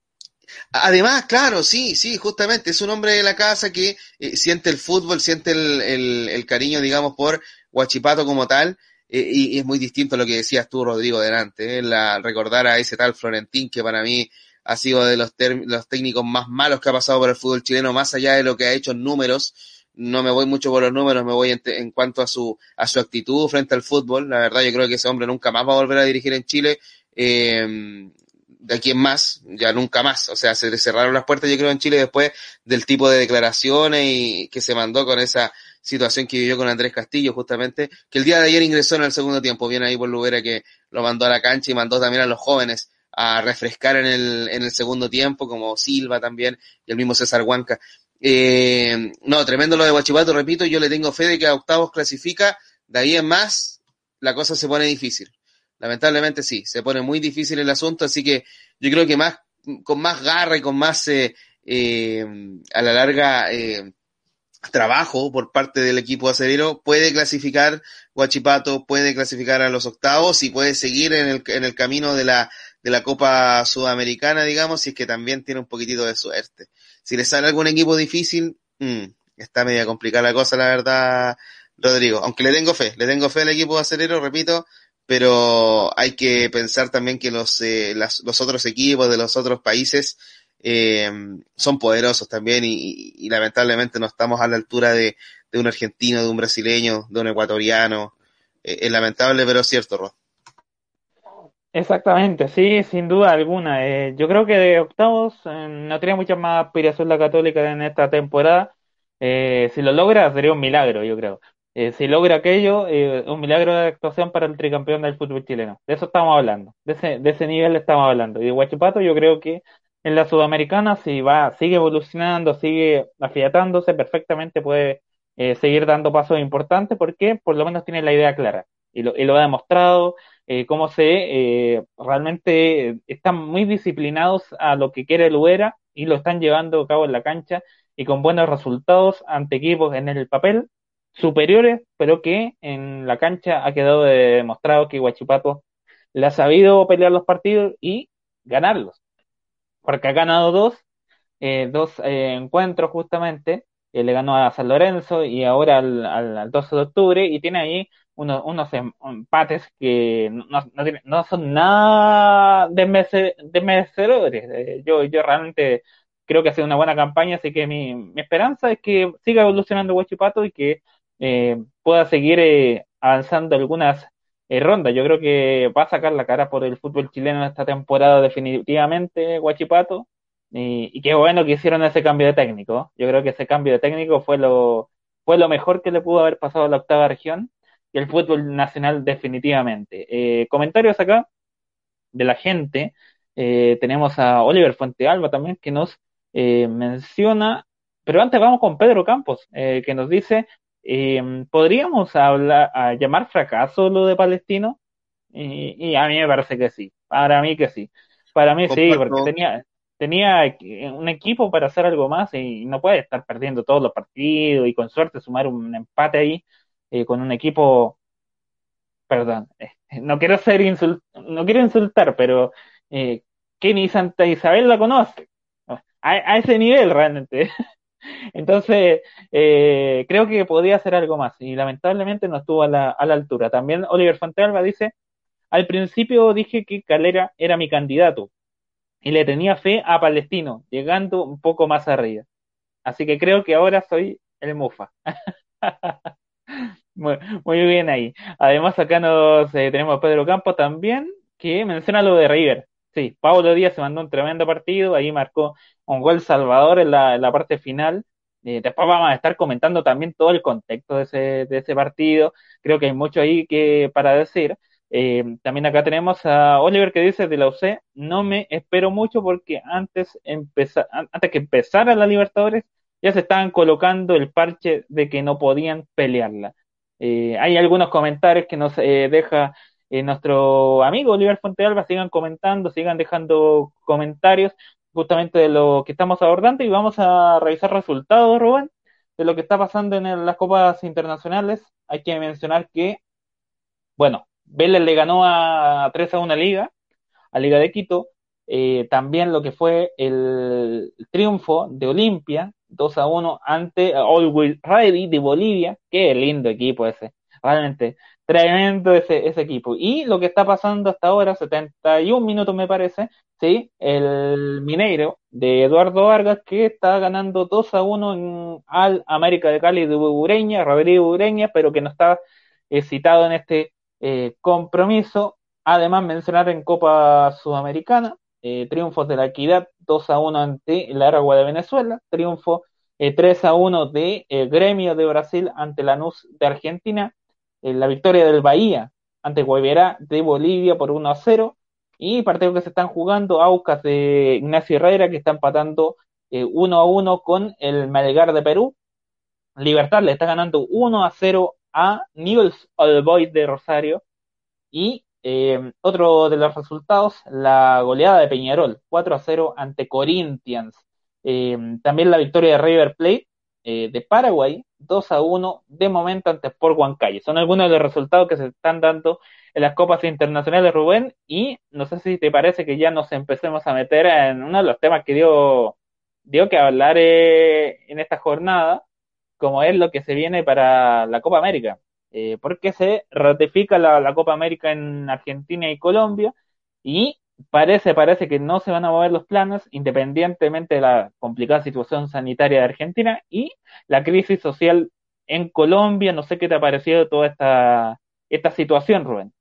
Además, claro, sí, sí, justamente, es un hombre de la casa que eh, siente el fútbol, siente el, el, el cariño, digamos, por Huachipato como tal, eh, y, y es muy distinto a lo que decías tú, Rodrigo, delante, eh, la, recordar a ese tal Florentín, que para mí ha sido de los, ter- los técnicos más malos que ha pasado por el fútbol chileno, más allá de lo que ha hecho en números. No me voy mucho por los números, me voy en, te- en cuanto a su, a su actitud frente al fútbol. La verdad, yo creo que ese hombre nunca más va a volver a dirigir en Chile. Eh, de aquí en más, ya nunca más. O sea, se le cerraron las puertas, yo creo, en Chile después del tipo de declaraciones y que se mandó con esa situación que vivió con Andrés Castillo, justamente, que el día de ayer ingresó en el segundo tiempo. Bien ahí por Lubera, que lo mandó a la cancha y mandó también a los jóvenes a refrescar en el, en el segundo tiempo, como Silva también, y el mismo César Huanca. Eh, no, tremendo lo de Huachipato, repito, yo le tengo fe de que a octavos clasifica, de ahí en más, la cosa se pone difícil. Lamentablemente sí, se pone muy difícil el asunto, así que yo creo que más, con más garra y con más, eh, eh, a la larga, eh, trabajo por parte del equipo acerero, puede clasificar Huachipato, puede clasificar a los octavos y puede seguir en el, en el camino de la, de la Copa Sudamericana, digamos, si es que también tiene un poquitito de suerte. Si le sale algún equipo difícil, mmm, está media complicada la cosa, la verdad, Rodrigo. Aunque le tengo fe, le tengo fe al equipo acerero, repito, pero hay que pensar también que los, eh, las, los otros equipos de los otros países eh, son poderosos también y, y, y lamentablemente no estamos a la altura de, de un argentino, de un brasileño, de un ecuatoriano. Eh, es lamentable, pero es cierto, Rod. Exactamente, sí, sin duda alguna. Eh, yo creo que de octavos eh, no tenía mucha más aspiración la Católica en esta temporada. Eh, si lo logra, sería un milagro, yo creo. Eh, si logra aquello, eh, un milagro de actuación para el tricampeón del fútbol chileno. De eso estamos hablando, de ese, de ese nivel estamos hablando. Y de Huachipato, yo creo que en la Sudamericana, si va, sigue evolucionando, sigue afiatándose, perfectamente puede eh, seguir dando pasos importantes, porque por lo menos tiene la idea clara. Y lo, y lo ha demostrado. Eh, cómo se eh, realmente están muy disciplinados a lo que quiere el Ubera y lo están llevando a cabo en la cancha y con buenos resultados ante equipos en el papel superiores, pero que en la cancha ha quedado demostrado que Huachipato le ha sabido pelear los partidos y ganarlos, porque ha ganado dos, eh, dos eh, encuentros justamente, eh, le ganó a San Lorenzo y ahora al, al, al doce de octubre y tiene ahí unos, unos em- empates que no, no, tiene- no son nada desmece- desmerecedores. Eh, yo, yo realmente creo que ha sido una buena campaña, así que mi, mi esperanza es que siga evolucionando Huachipato y que eh, pueda seguir eh, avanzando algunas eh, rondas. Yo creo que va a sacar la cara por el fútbol chileno esta temporada definitivamente Huachipato. Y, y qué bueno que hicieron ese cambio de técnico. Yo creo que ese cambio de técnico fue lo, fue lo mejor que le pudo haber pasado a la octava región y el fútbol nacional definitivamente. Eh, comentarios acá de la gente. Eh, tenemos a Oliver Fuentealba también que nos eh, menciona, pero antes vamos con Pedro Campos, eh, que nos dice, eh, ¿podríamos hablar, a llamar fracaso lo de Palestino? Y, y a mí me parece que sí, para mí que sí. Para mí sí, porque Comparto, tenía, tenía equi- un equipo para hacer algo más y no puede estar perdiendo todos los partidos y con suerte sumar un empate ahí eh, con un equipo, perdón, eh, no quiero ser insult, no quiero insultar, pero eh, que ni Santa Isabel la conoce. A, a ese nivel realmente. Entonces, eh, creo que podía hacer algo más y lamentablemente no estuvo a la, a la altura. También Oliver Fontalva dice, al principio dije que Calera era mi candidato y le tenía fe a Palestino, llegando un poco más arriba. Así que creo que ahora soy el Mufa. Muy, muy bien ahí. Además, acá nos eh, tenemos a Pedro Campos también, que menciona lo de River. Sí, Pablo Díaz se mandó un tremendo partido, ahí marcó un gol salvador en la, en la parte final. Eh, después vamos a estar comentando también todo el contexto de ese, de ese partido. Creo que hay mucho ahí que para decir. Eh, también acá tenemos a Oliver que dice de la U C, no me espero mucho porque antes, empeza, antes que empezara la Libertadores ya se estaban colocando el parche de que no podían pelearla. Eh, hay algunos comentarios que nos eh, deja eh, nuestro amigo Oliver Fontealba, sigan comentando, sigan dejando comentarios justamente de lo que estamos abordando y vamos a revisar resultados, Rubén, de lo que está pasando en el, las copas internacionales. Hay que mencionar que, bueno, Vélez le ganó a tres a una Liga, a Liga de Quito, eh, también lo que fue el triunfo de Olimpia, dos a uno ante Always Ready de Bolivia, qué lindo equipo ese, realmente tremendo ese, ese equipo. Y lo que está pasando hasta ahora, setenta y un minutos me parece, sí, el Mineiro de Eduardo Vargas, que está ganando dos a uno en, al América de Cali de Ureña, Rodrigo Ureña, pero que no está eh, citado en este eh, compromiso. Además, mencionar en Copa Sudamericana, eh, triunfos de la Equidad dos a uno ante el Aragua de Venezuela, triunfo eh, tres a uno de eh, Gremio de Brasil ante Lanús de Argentina, eh, la victoria del Bahía ante Guavirá de Bolivia por uno a cero, y partidos que se están jugando, Aucas de Ignacio Herrera que está empatando eh, uno a uno con el Melgar de Perú, Libertad le está ganando uno a cero a Newell's Old Boys de Rosario, y eh, otro de los resultados, la goleada de Peñarol, cuatro a cero ante Corinthians. Eh, también la victoria de River Plate eh, de Paraguay, dos a uno de momento ante Sport Huancayo. Son algunos de los resultados que se están dando en las copas internacionales, Rubén, y no sé si te parece que ya nos empecemos a meter en uno de los temas que dio, dio que hablar eh, en esta jornada, como es lo que se viene para la Copa América, eh, porque se ratifica la, la Copa América en Argentina y Colombia, y parece, parece que no se van a mover los planes, independientemente de la complicada situación sanitaria de Argentina y la crisis social en Colombia. No sé qué te ha parecido toda esta, esta situación, Rubén.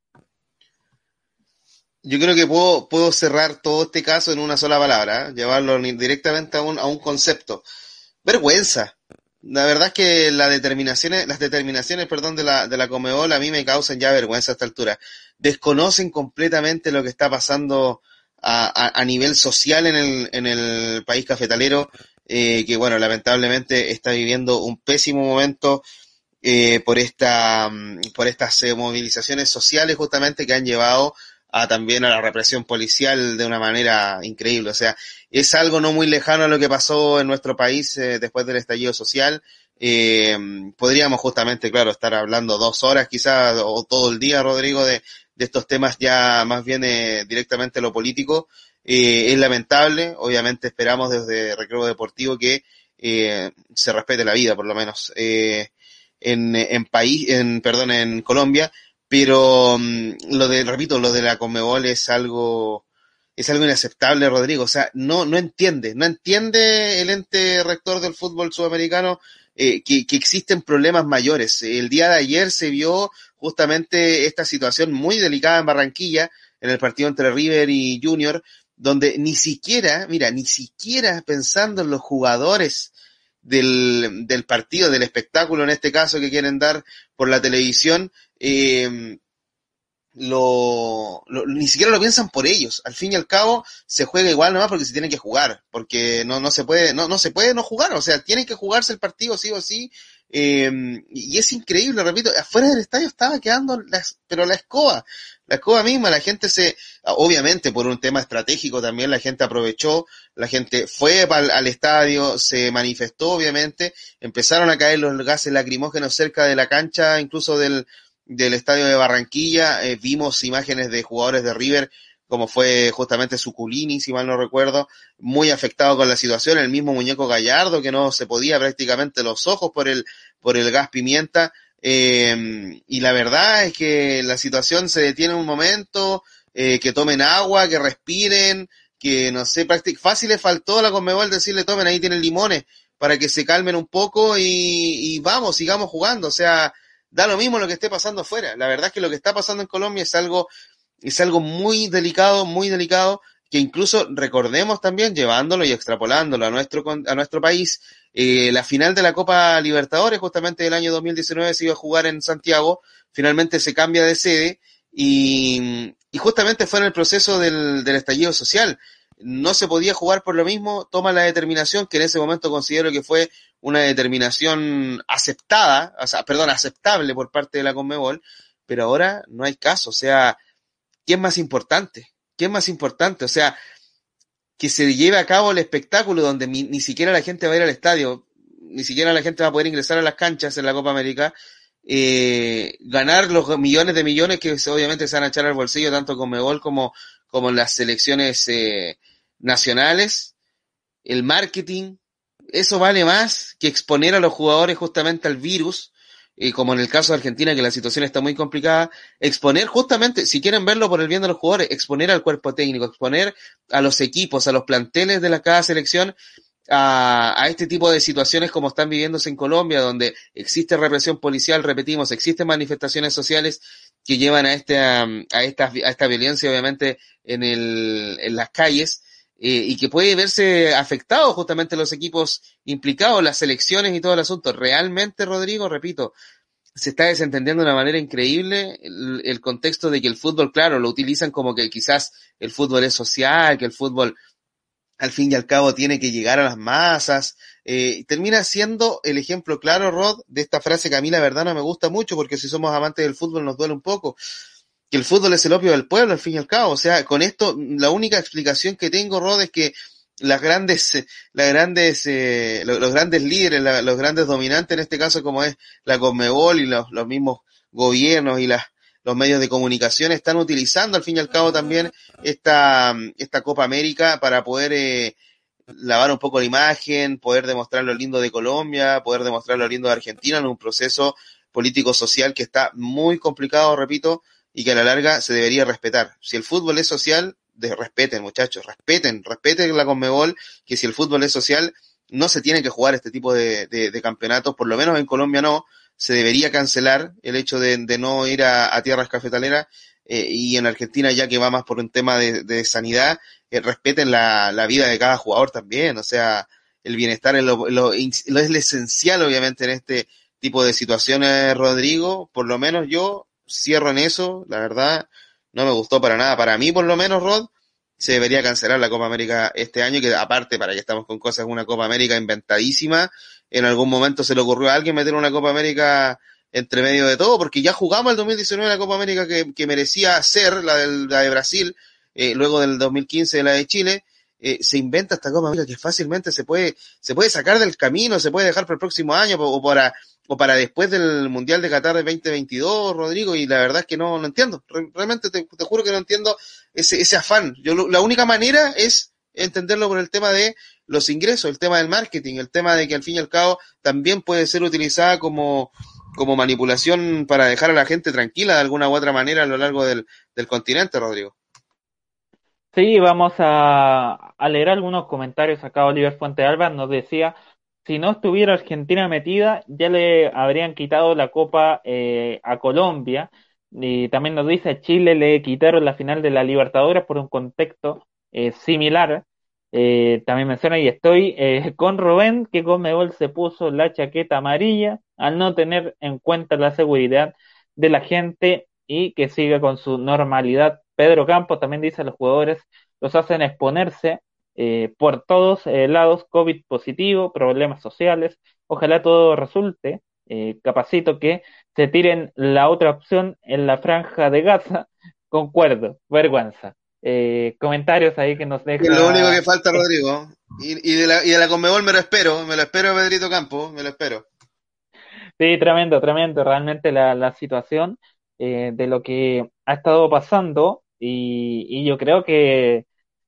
Yo creo que puedo, puedo cerrar todo este caso en una sola palabra, ¿eh? Llevarlo directamente a un, a un concepto. Vergüenza. La verdad es que las determinaciones, las determinaciones, perdón, de la, de la Conmebol a mí me causan ya vergüenza a esta altura. Desconocen completamente lo que está pasando a, a, a nivel social en el, en el país cafetalero, eh, que bueno, lamentablemente está viviendo un pésimo momento eh, por esta, por estas eh, movilizaciones sociales justamente que han llevado a también a la represión policial de una manera increíble. O sea, es algo no muy lejano a lo que pasó en nuestro país eh, después del estallido social. Eh, podríamos justamente, claro, estar hablando dos horas quizás o todo el día, Rodrigo, de, de estos temas ya más bien eh, directamente lo político. Eh, es lamentable, obviamente esperamos desde Recreo Deportivo que eh, se respete la vida, por lo menos, eh, en, en país, en, perdón, en Colombia. Pero um, lo de, repito, lo de la Conmebol es algo, es algo inaceptable, Rodrigo. O sea, no, no entiende, no entiende el ente rector del fútbol sudamericano eh, que, que existen problemas mayores. El día de ayer se vio justamente esta situación muy delicada en Barranquilla, en el partido entre River y Junior, donde ni siquiera, mira, ni siquiera pensando en los jugadores del, del partido, del espectáculo en este caso que quieren dar por la televisión, eh, lo, lo, ni siquiera lo piensan por ellos. Al fin y al cabo se juega igual nomás porque se tiene que jugar, porque no, no se puede, no, no se puede no jugar, o sea, tienen que jugarse el partido sí o sí, eh, y es increíble, repito, afuera del estadio estaba quedando las, pero la escoba, la escoba misma, la gente se, obviamente por un tema estratégico también la gente aprovechó, la gente fue al, al estadio, se manifestó obviamente, empezaron a caer los gases lacrimógenos cerca de la cancha, incluso del del estadio de Barranquilla, eh, vimos imágenes de jugadores de River como fue justamente Suculini, si mal no recuerdo, muy afectado con la situación, el mismo Muñeco Gallardo, que no se podía prácticamente los ojos por el, por el gas pimienta, eh, y la verdad es que la situación se detiene un momento, eh, que tomen agua, que respiren, que no sé, prácticamente fácil le faltó a la Conmebol decirle tomen, ahí tienen limones, para que se calmen un poco y, y vamos, sigamos jugando, o sea, da lo mismo lo que esté pasando afuera, la verdad es que lo que está pasando en Colombia es algo es algo muy delicado, muy delicado, que incluso recordemos también, llevándolo y extrapolándolo a nuestro, a nuestro país, eh, la final de la Copa Libertadores, justamente del año dos mil diecinueve, se iba a jugar en Santiago, finalmente se cambia de sede, y, y justamente fue en el proceso del, del estallido social. No se podía jugar por lo mismo, toma la determinación, que en ese momento considero que fue una determinación aceptada, o sea, perdón, aceptable por parte de la Conmebol, pero ahora no hay caso, o sea, ¿qué es más importante? ¿Qué es más importante? O sea, que se lleve a cabo el espectáculo donde ni, ni siquiera la gente va a ir al estadio, ni siquiera la gente va a poder ingresar a las canchas en la Copa América, eh, ganar los millones de millones que obviamente se van a echar al bolsillo tanto con Conmebol como, como en las selecciones eh, nacionales, el marketing, eso vale más que exponer a los jugadores justamente al virus, y como en el caso de Argentina, que la situación está muy complicada, exponer justamente, si quieren verlo por el bien de los jugadores, exponer al cuerpo técnico, exponer a los equipos, a los planteles de la cada selección a, a este tipo de situaciones como están viviéndose en Colombia, donde existe represión policial, repetimos, existen manifestaciones sociales que llevan a este a, a esta a esta violencia obviamente en el en las calles, eh, y que puede verse afectados justamente los equipos implicados, las selecciones y todo el asunto. Realmente, Rodrigo, repito, se está desentendiendo de una manera increíble el, el contexto de que el fútbol, claro, lo utilizan como que quizás el fútbol es social, que el fútbol al fin y al cabo tiene que llegar a las masas, eh, termina siendo el ejemplo claro, Rod, de esta frase que a mí la verdad no me gusta mucho, porque si somos amantes del fútbol nos duele un poco, que el fútbol es el opio del pueblo, al fin y al cabo. O sea, con esto, la única explicación que tengo, Rod, es que las grandes, las grandes, eh, los, los grandes líderes, la, los grandes dominantes, en este caso como es la Conmebol y los, los mismos gobiernos y las, los medios de comunicación, están utilizando al fin y al cabo también esta, esta Copa América para poder eh, lavar un poco la imagen, poder demostrar lo lindo de Colombia, poder demostrar lo lindo de Argentina en un proceso político-social que está muy complicado, repito, y que a la larga se debería respetar. Si el fútbol es social, de, respeten, muchachos, respeten, respeten la Conmebol, que si el fútbol es social, no se tiene que jugar este tipo de, de, de campeonatos, por lo menos en Colombia no, se debería cancelar el hecho de, de no ir a, a tierras cafetaleras, eh, y en Argentina, ya que va más por un tema de, de sanidad, eh, respeten la, la vida de cada jugador también, o sea, el bienestar es lo, lo, lo es lo esencial obviamente en este tipo de situaciones, Rodrigo, por lo menos yo cierro en eso, la verdad, no me gustó para nada. Para mí, por lo menos, Rod, se debería cancelar la Copa América este año, que aparte, para que estamos con cosas, una Copa América inventadísima, en algún momento se le ocurrió a alguien meter una Copa América entre medio de todo, porque ya jugamos el dos mil diecinueve la Copa América que, que merecía ser, la, del, la de Brasil, eh, luego del dos mil quince la de Chile, eh, se inventa esta Copa América que fácilmente se puede, se puede sacar del camino, se puede dejar para el próximo año, o para o para después del Mundial de Qatar de veinte veintidós, Rodrigo, y la verdad es que no lo entiendo. Realmente te, te juro que no entiendo ese, ese afán. Yo lo, la única manera es entenderlo por el tema de los ingresos, el tema del marketing, el tema de que al fin y al cabo también puede ser utilizada como, como manipulación para dejar a la gente tranquila de alguna u otra manera a lo largo del, del continente, Rodrigo. Sí, vamos a, a leer algunos comentarios. Acá Oliver Fuente Alba nos decía: si no estuviera Argentina metida, ya le habrían quitado la Copa eh, a Colombia. Y también nos dice: Chile le quitaron la final de la Libertadores por un contexto eh, similar. Eh, también menciona, y estoy eh, con Rubén, que Conmebol se puso la chaqueta amarilla al no tener en cuenta la seguridad de la gente y que siga con su normalidad. Pedro Campos también dice: los jugadores los hacen exponerse Eh, por todos eh, lados, COVID positivo, problemas sociales, ojalá todo resulte, eh, capacito que se tiren la otra opción en la franja de Gaza, concuerdo, vergüenza. Eh, comentarios ahí que nos deja... Es lo único que falta, Rodrigo, y, y, de la, y de la Conmebol me lo espero, me lo espero, Pedrito Campos, me lo espero. Sí, tremendo, tremendo, realmente la, la situación eh, de lo que ha estado pasando. y, y yo creo que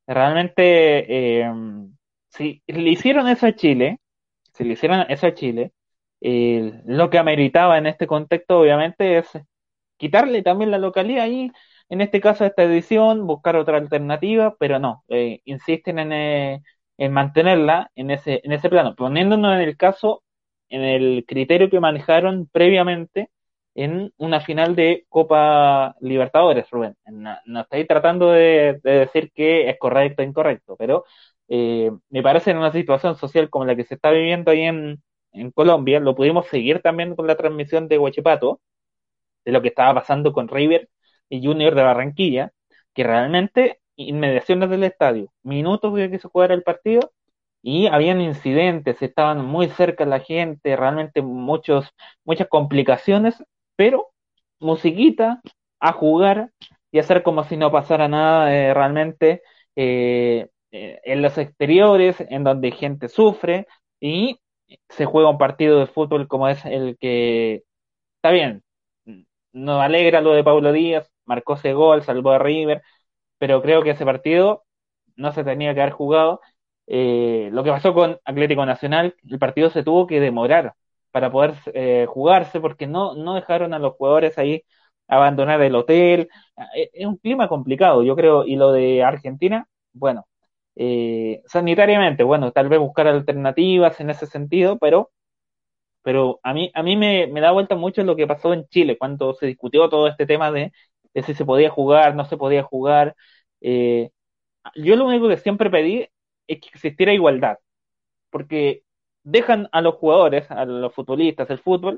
realmente eh, si le hicieron eso a Chile, si le hicieron eso a Chile, eh, lo que ameritaba en este contexto obviamente es quitarle también la localidad ahí, en este caso a esta edición, buscar otra alternativa, pero no, eh, insisten en, eh, en mantenerla en ese, en ese plano, poniéndonos en el caso, en el criterio que manejaron previamente en una final de Copa Libertadores, Rubén. No, no estoy tratando de, de decir que es correcto o incorrecto, pero eh, me parece en una situación social como la que se está viviendo ahí en, en Colombia, lo pudimos seguir también con la transmisión de Huachipato, de lo que estaba pasando con River y Junior de Barranquilla, que realmente inmediaciones del estadio, minutos de que se jugara el partido, y habían incidentes, estaban muy cerca la gente, realmente muchos, muchas complicaciones, pero musiquita, a jugar y hacer como si no pasara nada eh, realmente eh, eh, en los exteriores, en donde gente sufre, y se juega un partido de fútbol como es el que está bien, nos alegra lo de Paulo Díaz, marcó ese gol, salvó a River, pero creo que ese partido no se tenía que haber jugado. Eh, lo que pasó con Atlético Nacional, el partido se tuvo que demorar para poder eh, jugarse porque no, no dejaron a los jugadores ahí abandonar el hotel. Eh, Es un clima complicado, yo creo, y lo de Argentina, bueno, eh, sanitariamente, bueno, tal vez buscar alternativas en ese sentido, pero pero a mí, a mí me, me da vuelta mucho lo que pasó en Chile, cuando se discutió todo este tema de, de si se podía jugar, no se podía jugar. Eh, yo lo único que siempre pedí es que existiera igualdad, porque dejan a los jugadores, a los futbolistas, el fútbol,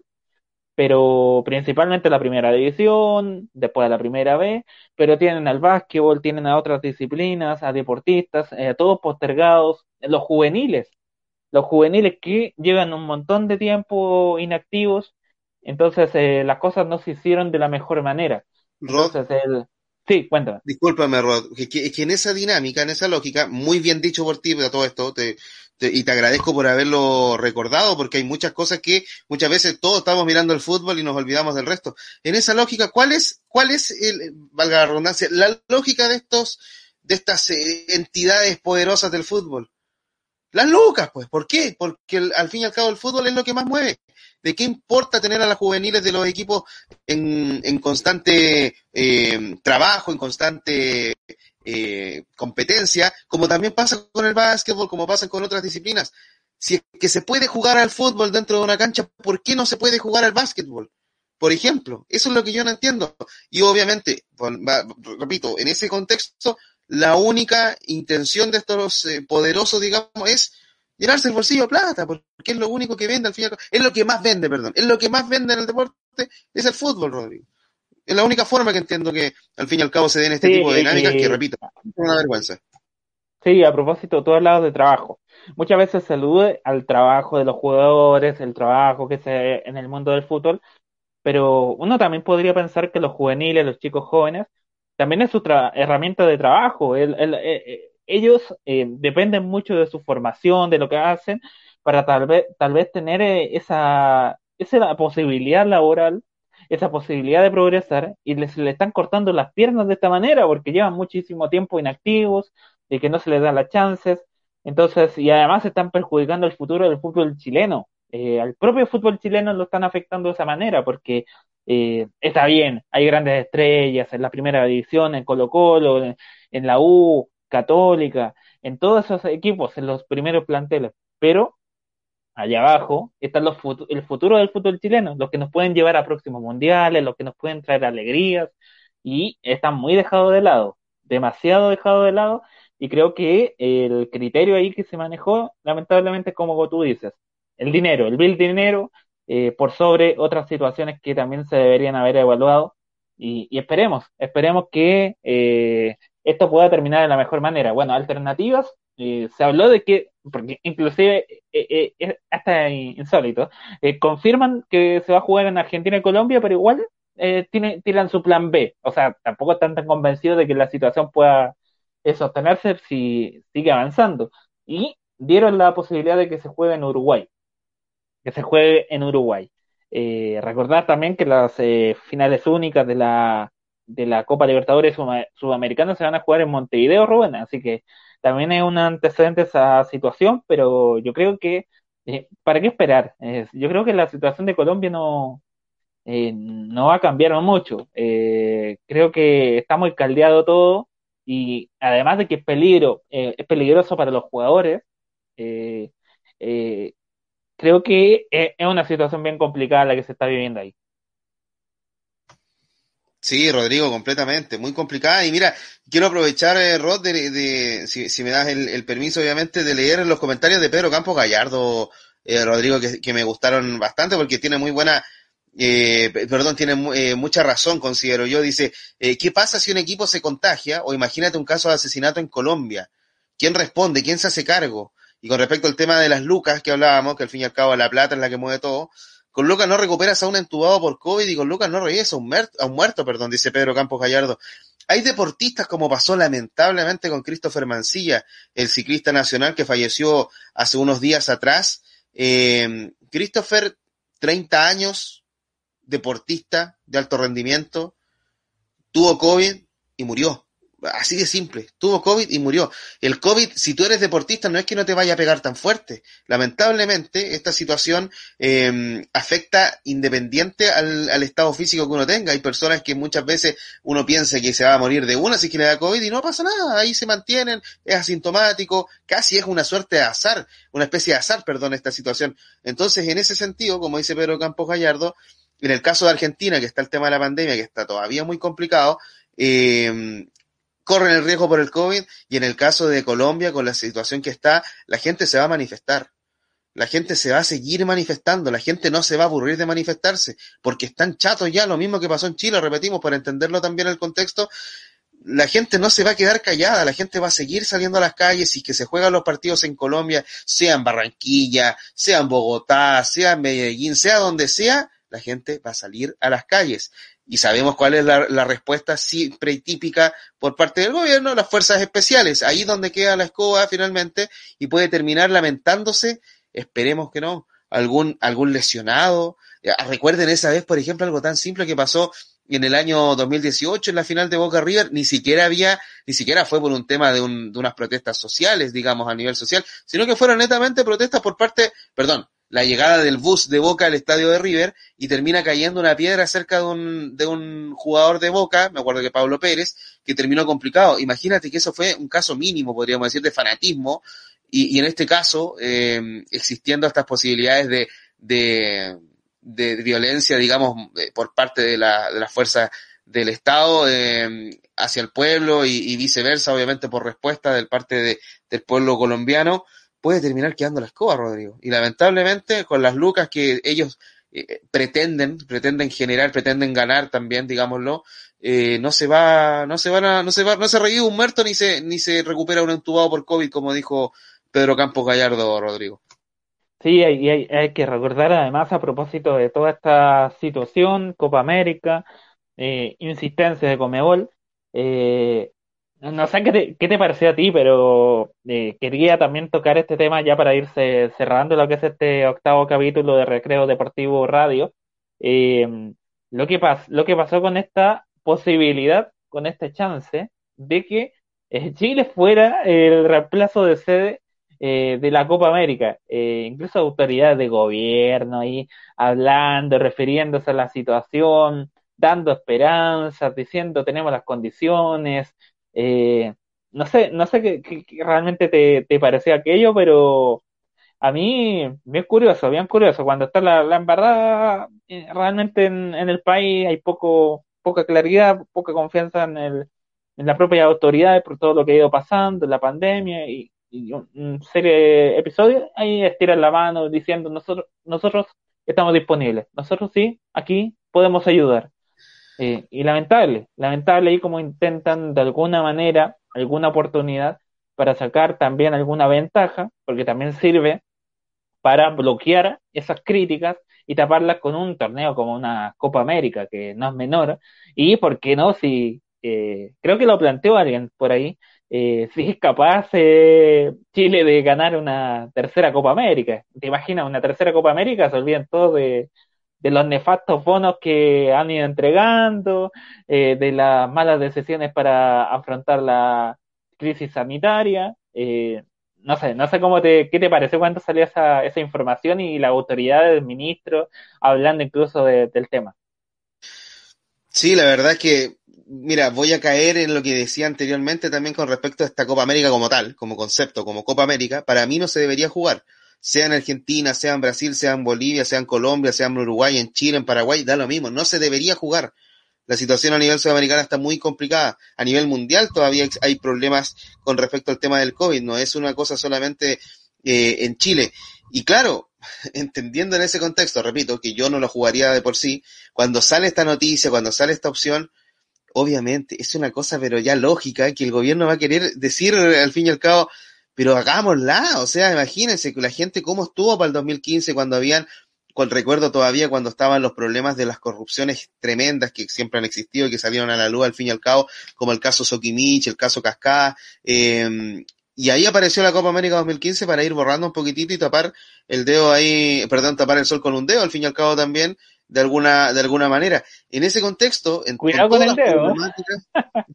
pero principalmente la primera división, después de la primera B, pero tienen al básquetbol, tienen a otras disciplinas, a deportistas, eh, todos postergados, los juveniles los juveniles que llevan un montón de tiempo inactivos, entonces eh, las cosas no se hicieron de la mejor manera. Rod, Entonces, el... sí, cuéntame. discúlpame, Rod, que, que, que en esa dinámica, en esa lógica, muy bien dicho por ti, de todo esto, te, te, y te agradezco por haberlo recordado, porque hay muchas cosas que muchas veces todos estamos mirando el fútbol y nos olvidamos del resto. En esa lógica, ¿cuál es, cuál es el, valga la redundancia, la lógica de estos, de estas eh, entidades poderosas del fútbol? Las lucas, pues, ¿por qué? Porque el, al fin y al cabo el fútbol es lo que más mueve. ¿De qué importa tener a las juveniles de los equipos en, en constante eh, trabajo, en constante eh, competencia, como también pasa con el básquetbol, como pasa con otras disciplinas? Si es que se puede jugar al fútbol dentro de una cancha, ¿por qué no se puede jugar al básquetbol? Por ejemplo, eso es lo que yo no entiendo. Y obviamente, repito, en ese contexto, la única intención de estos eh, poderosos, digamos, es llenarse el bolsillo de plata, porque es lo único que vende al final, es lo que más vende, perdón, es lo que más vende en el deporte, es el fútbol, Rodrigo. Es la única forma que entiendo que al fin y al cabo se den este Sí, tipo de dinámicas que, eh, repito, es una vergüenza. sí, a propósito, tú hablabas de trabajo. Muchas veces se alude al trabajo de los jugadores, el trabajo que se ve en el mundo del fútbol, pero uno también podría pensar que los juveniles, los chicos jóvenes, también es su tra- herramienta de trabajo. El- el- eh, eh, ellos eh, dependen mucho de su formación, de lo que hacen, para tal vez, tal vez tener eh, esa, esa posibilidad laboral, esa posibilidad de progresar, y les, le están cortando las piernas de esta manera, porque llevan muchísimo tiempo inactivos, y que no se les da las chances. Entonces, y además están perjudicando el futuro del fútbol chileno, eh, al propio fútbol chileno lo están afectando de esa manera, porque eh, está bien, hay grandes estrellas en la primera división, en Colo-Colo, en, en la U, Católica, en todos esos equipos, en los primeros planteles, pero allá abajo están los fut- el futuro del fútbol chileno, los que nos pueden llevar a próximos mundiales, los que nos pueden traer alegrías, y están muy dejados de lado, demasiado dejados de lado, y creo que el criterio ahí que se manejó, lamentablemente, como tú dices, el dinero, el bill dinero, eh, por sobre otras situaciones que también se deberían haber evaluado, y, y esperemos, esperemos que eh, esto pueda terminar de la mejor manera. Bueno, alternativas, eh, se habló de que, porque inclusive eh, eh, es hasta insólito, eh, confirman que se va a jugar en Argentina y Colombia, pero igual eh, tiene, tiran su plan B. O sea, tampoco están tan convencidos de que la situación pueda eh, sostenerse si sigue avanzando. Y dieron la posibilidad de que se juegue en Uruguay, que se juegue en Uruguay. Eh, recordar también que las eh, finales únicas de la de la Copa Libertadores Sudam- Sudamericana se van a jugar en Montevideo, Rubén, así que también es un antecedente esa situación, pero yo creo que, eh, ¿para qué esperar? Eh, yo creo que la situación de Colombia no, eh, no va a cambiar mucho. Eh, creo que está muy caldeado todo y además de que es peligro, eh, es peligroso para los jugadores, eh, eh, creo que es, es una situación bien complicada la que se está viviendo ahí. Sí, Rodrigo, completamente, muy complicada. Y mira, quiero aprovechar, eh, Rod, de, de- si, si me das el, el permiso, obviamente, de leer los comentarios de Pedro Campos Gallardo, eh, Rodrigo, que, que me gustaron bastante porque tiene muy buena, eh, pe- perdón, tiene mu- eh, mucha razón, considero yo. Dice, eh, ¿qué pasa si un equipo se contagia? O imagínate un caso de asesinato en Colombia. ¿Quién responde? ¿Quién se hace cargo? Y con respecto al tema de las lucas que hablábamos, que al fin y al cabo la plata es la que mueve todo, con Lucas no recuperas a un entubado por COVID y con Lucas no revives a un, muerto, a un muerto, perdón, dice Pedro Campos Gallardo. Hay deportistas como pasó lamentablemente con Christopher Mancilla, el ciclista nacional que falleció hace unos días atrás. Eh, Christopher, treinta años, deportista de alto rendimiento, tuvo COVID y murió. Así de simple, tuvo COVID y murió. El COVID, si tú eres deportista, no es que no te vaya a pegar tan fuerte. Lamentablemente, esta situación eh, afecta independiente al, al estado físico que uno tenga. Hay personas que muchas veces uno piensa que se va a morir de una si que le da COVID y no pasa nada, ahí se mantienen, es asintomático, casi es una suerte de azar, una especie de azar, perdón, esta situación. Entonces, en ese sentido, como dice Pedro Campos Gallardo, en el caso de Argentina, que está el tema de la pandemia, que está todavía muy complicado, eh, corren el riesgo por el COVID, y en el caso de Colombia, con la situación que está, la gente se va a manifestar. La gente se va a seguir manifestando, la gente no se va a aburrir de manifestarse, porque están chatos ya, lo mismo que pasó en Chile, repetimos, para entenderlo también el contexto, la gente no se va a quedar callada, la gente va a seguir saliendo a las calles y que se juegan los partidos en Colombia, sea en Barranquilla, sea en Bogotá, sea en Medellín, sea donde sea, la gente va a salir a las calles. Y sabemos cuál es la, la respuesta siempre típica por parte del gobierno, las fuerzas especiales. Ahí donde queda la escoba finalmente y puede terminar lamentándose, esperemos que no, algún, algún lesionado. Recuerden esa vez, por ejemplo, algo tan simple que pasó en el año dos mil dieciocho en la final de Boca River, ni siquiera había, ni siquiera fue por un tema de, un, de unas protestas sociales, digamos, a nivel social, sino que fueron netamente protestas por parte, perdón, la llegada del bus de Boca al estadio de River y termina cayendo una piedra cerca de un, de un jugador de Boca, me acuerdo que Pablo Pérez, que terminó complicado. Imagínate que eso fue un caso mínimo, podríamos decir, de fanatismo, y, y en este caso, eh, existiendo estas posibilidades de, de de violencia, digamos, por parte de, la, de las fuerzas del Estado eh, hacia el pueblo y, y viceversa, obviamente por respuesta del parte de, del pueblo colombiano, puede terminar quedando la escoba, Rodrigo. Y lamentablemente, con las lucas que ellos eh, pretenden, pretenden generar, pretenden ganar también, digámoslo, eh, no se va, no se van a, no se va, no se revive un muerto ni se, ni se recupera un entubado por COVID, como dijo Pedro Campos Gallardo, Rodrigo. Sí, hay, hay, hay que recordar además a propósito de toda esta situación, Copa América, eh, insistencia de Comebol, eh, no sé qué te, qué te pareció a ti, pero eh, quería también tocar este tema ya para irse cerrando lo que es este octavo capítulo de Recreo Deportivo Radio. Eh, lo que pas, lo que pasó con esta posibilidad, con este chance de que eh, Chile fuera el reemplazo de sede eh, de la Copa América. Eh, incluso autoridades de gobierno ahí hablando, refiriéndose a la situación, dando esperanzas, diciendo tenemos las condiciones. Eh, no sé, no sé qué, qué- qué realmente te, te pareció aquello, pero a mí, bien curioso, bien curioso. Cuando está la, la embarrada, eh, realmente en, en el país hay poco, poca claridad, poca confianza en el, en la propia autoridad por todo lo que ha ido pasando, la pandemia y, y un, un serie de episodios, ahí estiran la mano diciendo nosotros, nosotros estamos disponibles, nosotros sí, aquí podemos ayudar. Eh, y lamentable, lamentable ahí como intentan de alguna manera, alguna oportunidad para sacar también alguna ventaja, porque también sirve para bloquear esas críticas y taparlas con un torneo como una Copa América, que no es menor, y por qué no, si eh, creo que lo planteó alguien por ahí, eh, si es capaz eh, Chile de ganar una tercera Copa América. ¿Te imaginas una tercera Copa América? Se olvidan todos de, de los nefastos bonos que han ido entregando, eh, de las malas decisiones para afrontar la crisis sanitaria. Eh, no sé, no sé cómo te, qué te pareció cuando salió esa, esa información y la autoridad del ministro hablando incluso de, del tema. Sí, la verdad es que, mira, voy a caer en lo que decía anteriormente también con respecto a esta Copa América como tal, como concepto, como Copa América. Para mí no se debería jugar, sea en Argentina, sea en Brasil, sea en Bolivia, sea en Colombia, sea en Uruguay, en Chile, en Paraguay, da lo mismo, no se debería jugar. La situación a nivel sudamericana está muy complicada. A nivel mundial todavía hay problemas con respecto al tema del COVID, no es una cosa solamente eh, en Chile. Y claro, entendiendo en ese contexto, repito, que yo no lo jugaría de por sí, cuando sale esta noticia, cuando sale esta opción, obviamente es una cosa pero ya lógica que el gobierno va a querer decir al fin y al cabo, pero hagámosla, o sea, imagínense que la gente cómo estuvo para el dos mil quince cuando habían, con recuerdo todavía cuando estaban los problemas de las corrupciones tremendas que siempre han existido y que salieron a la luz al fin y al cabo, como el caso Soquimich, el caso Cascada, eh, y ahí apareció la Copa América dos mil quince para ir borrando un poquitito y tapar el dedo ahí, perdón, tapar el sol con un dedo, al fin y al cabo también, de alguna, de alguna manera. En ese contexto, en, con Cuidado con todas el las dedo. problemáticas,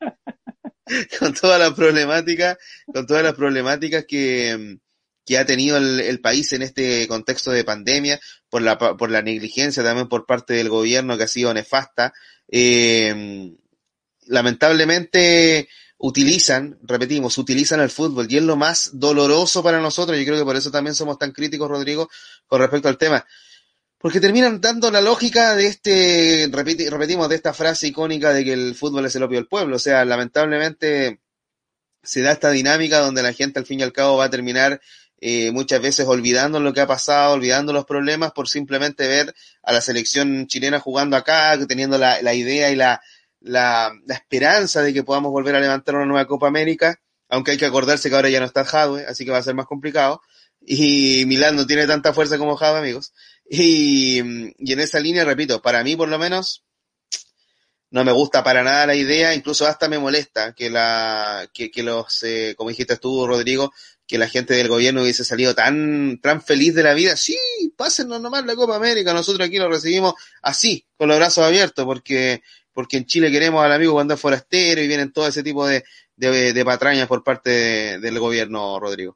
con todas las problemáticas, con todas las problemáticas que, que ha tenido el, el país en este contexto de pandemia, por la, por la negligencia también por parte del gobierno que ha sido nefasta, eh, lamentablemente utilizan, repetimos, utilizan el fútbol y es lo más doloroso para nosotros. Yo creo que por eso también somos tan críticos, Rodrigo, con respecto al tema. Porque terminan dando la lógica de este, repiti, repetimos, de esta frase icónica de que el fútbol es el opio del pueblo. O sea, lamentablemente se da esta dinámica donde la gente al fin y al cabo va a terminar eh, muchas veces olvidando lo que ha pasado, olvidando los problemas por simplemente ver a la selección chilena jugando acá, teniendo la, la idea y la, la, la esperanza de que podamos volver a levantar una nueva Copa América, aunque hay que acordarse que ahora ya no está Jadwe, así que va a ser más complicado. Y Milán no tiene tanta fuerza como Jadwe, amigos. Y, y en esa línea, repito, para mí por lo menos no me gusta para nada la idea, incluso hasta me molesta que la que, que los, eh, como dijiste tú, Rodrigo, que la gente del gobierno hubiese salido tan, tan feliz de la vida. Sí, pásennos nomás la Copa América, nosotros aquí lo recibimos así, con los brazos abiertos, porque, porque en Chile queremos al amigo cuando es forastero y vienen todo ese tipo de, de, de patrañas por parte de, del gobierno, Rodrigo.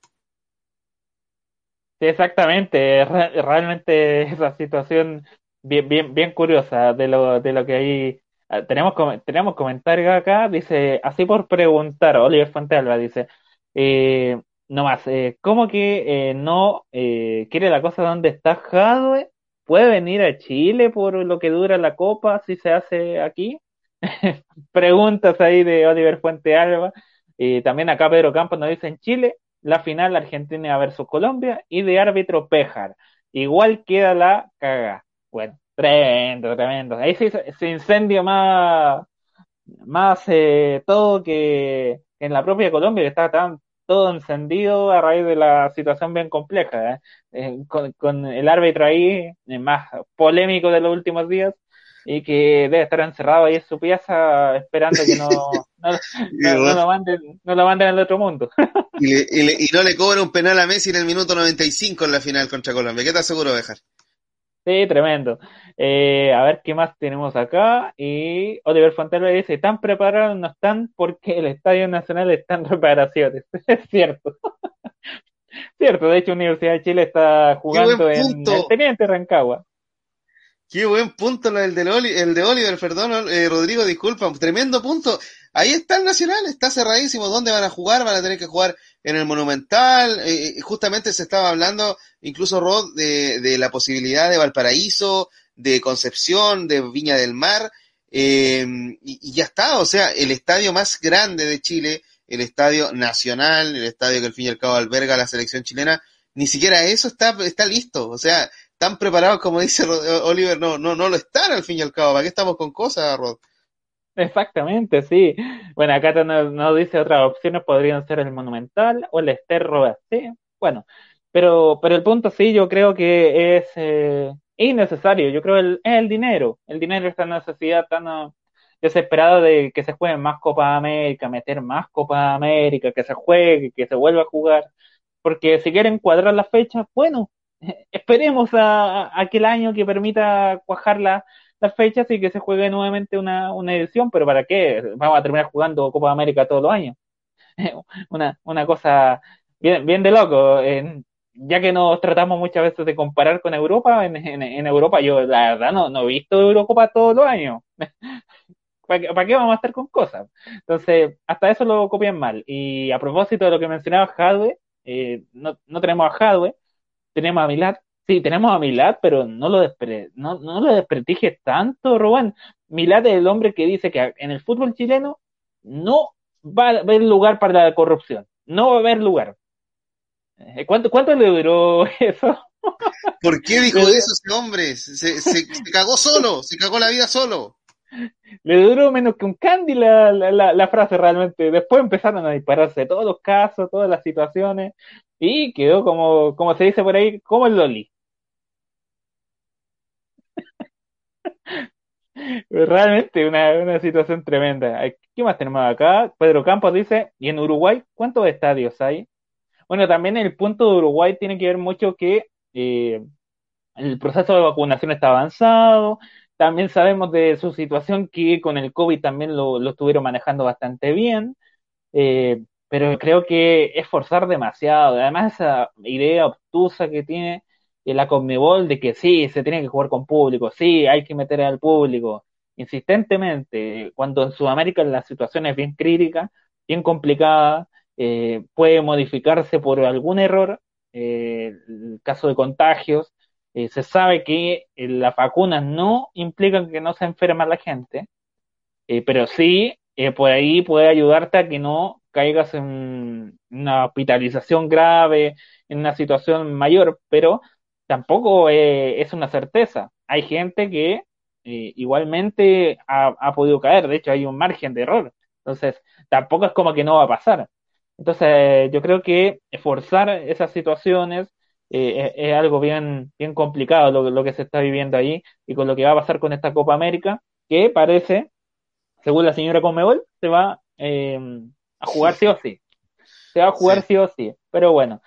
Sí, exactamente. Re- realmente esa situación bien, bien, bien curiosa de lo, de lo que hay. Ah, Tenemos, com- tenemos comentarios acá, dice, así por preguntar, Oliver Fuentealba dice, eh, no más, eh, ¿cómo que eh, no eh, quiere la cosa donde está Jadwe? ¿Puede venir a Chile por lo que dura la copa si se hace aquí? Preguntas ahí de Oliver Fuentealba. Y también acá Pedro Campos nos dice, en Chile la final Argentina versus Colombia y de árbitro Péjar. Igual queda la caga. Bueno, tremendo, tremendo. Ahí se, se incendio más, más eh, todo que en la propia Colombia, que está tan todo encendido a raíz de la situación bien compleja, ¿eh? Eh, con, con el árbitro ahí, eh, más polémico de los últimos días, y que debe estar encerrado ahí en su pieza esperando que no, no, Y, no, no lo manden, no lo manden al otro mundo. y, le, y, le, y no le cobra un penal a Messi en el minuto noventa y cinco en la final contra Colombia. ¿Qué estás seguro de dejar? Sí, tremendo. Eh, a ver qué más tenemos acá. Y Oliver Fontana dice, ¿están preparados? No están porque el Estadio Nacional está en reparaciones. Es cierto. Cierto, de hecho Universidad de Chile está ¡Qué buen jugando en el punto! Teniente Rancagua. Qué buen punto el del Oli- el de Oliver, perdón, eh, Rodrigo, disculpa, tremendo punto. Ahí está el Nacional, está cerradísimo. ¿Dónde van a jugar? Van a tener que jugar en el Monumental. Eh, justamente se estaba hablando, incluso Rod, de, de la posibilidad de Valparaíso, de Concepción, de Viña del Mar, eh, y, y ya está. O sea, el estadio más grande de Chile, el estadio nacional, el estadio que al fin y al cabo alberga a la selección chilena, ni siquiera eso está, está listo. O sea, tan preparados como dice Oliver, no, no, no lo están al fin y al cabo. ¿Para qué estamos con cosas, Rod? Exactamente, sí. Bueno, acá te nos, nos dice otras opciones, podrían ser el Monumental o el Ester Roda. Sí, bueno, pero, pero el punto sí, yo creo que es eh, innecesario. Yo creo el, es el dinero. El dinero, esta necesidad tan ah, desesperada de que se jueguen más Copa América, meter más Copa América, que se juegue, que se vuelva a jugar. Porque si quieren cuadrar las fechas, bueno, esperemos a, a aquel año que permita cuajar la, las fechas y que se juegue nuevamente una, una edición, pero ¿para qué? Vamos a terminar jugando Copa América todos los años. Una, una cosa bien, bien de loco. En, ya que nos tratamos muchas veces de comparar con Europa, en, en, en Europa yo la verdad no, no he visto Eurocopa todos los años. ¿Para qué, para qué vamos a estar con cosas? Entonces, hasta eso lo copian mal. Y a propósito de lo que mencionaba Jadwe, eh, no, no tenemos a Jadwe, tenemos a Milad. Sí, tenemos a Milad, pero no lo, despre, no, no lo desprestigies tanto, Rubén. Milad es el hombre que dice que en el fútbol chileno no va a haber lugar para la corrupción. No va a haber lugar. Eh, ¿Cuánto, cuánto le duró eso? ¿Por qué dijo Le, eso ese hombre? Se, se, se cagó solo, se cagó la vida solo. le duró menos que un candy la, la, la, la frase realmente. Después empezaron a dispararse todos los casos, todas las situaciones, y quedó como, como se dice por ahí, como el Loli. Realmente una, una situación tremenda. ¿Qué más tenemos acá? Pedro Campos dice, ¿y en Uruguay cuántos estadios hay? Bueno, también el punto de Uruguay tiene que ver mucho que eh, el proceso de vacunación está avanzado. También sabemos de su situación que con el COVID también lo, lo estuvieron manejando bastante bien. Eh, pero creo que es forzar demasiado. Además, esa idea obtusa que tiene eh, la Conmebol de que sí, se tiene que jugar con público, sí, hay que meter al público insistentemente, cuando en Sudamérica la situación es bien crítica, bien complicada, eh, puede modificarse por algún error, eh, el caso de contagios, eh, se sabe que eh, las vacunas no implican que no se enferma la gente, eh, pero sí, eh, por ahí puede ayudarte a que no caigas en una hospitalización grave, en una situación mayor, pero tampoco eh, es una certeza. Hay gente que eh, igualmente ha, ha podido caer, de hecho hay un margen de error, entonces tampoco es como que no va a pasar. Entonces yo creo que forzar esas situaciones eh, es, es algo bien, bien complicado lo, lo que se está viviendo ahí y con lo que va a pasar con esta Copa América, que parece según la señora Conmebol, se va eh, a jugar sí o sí. Se va a jugar Sí. sí o sí. Pero bueno,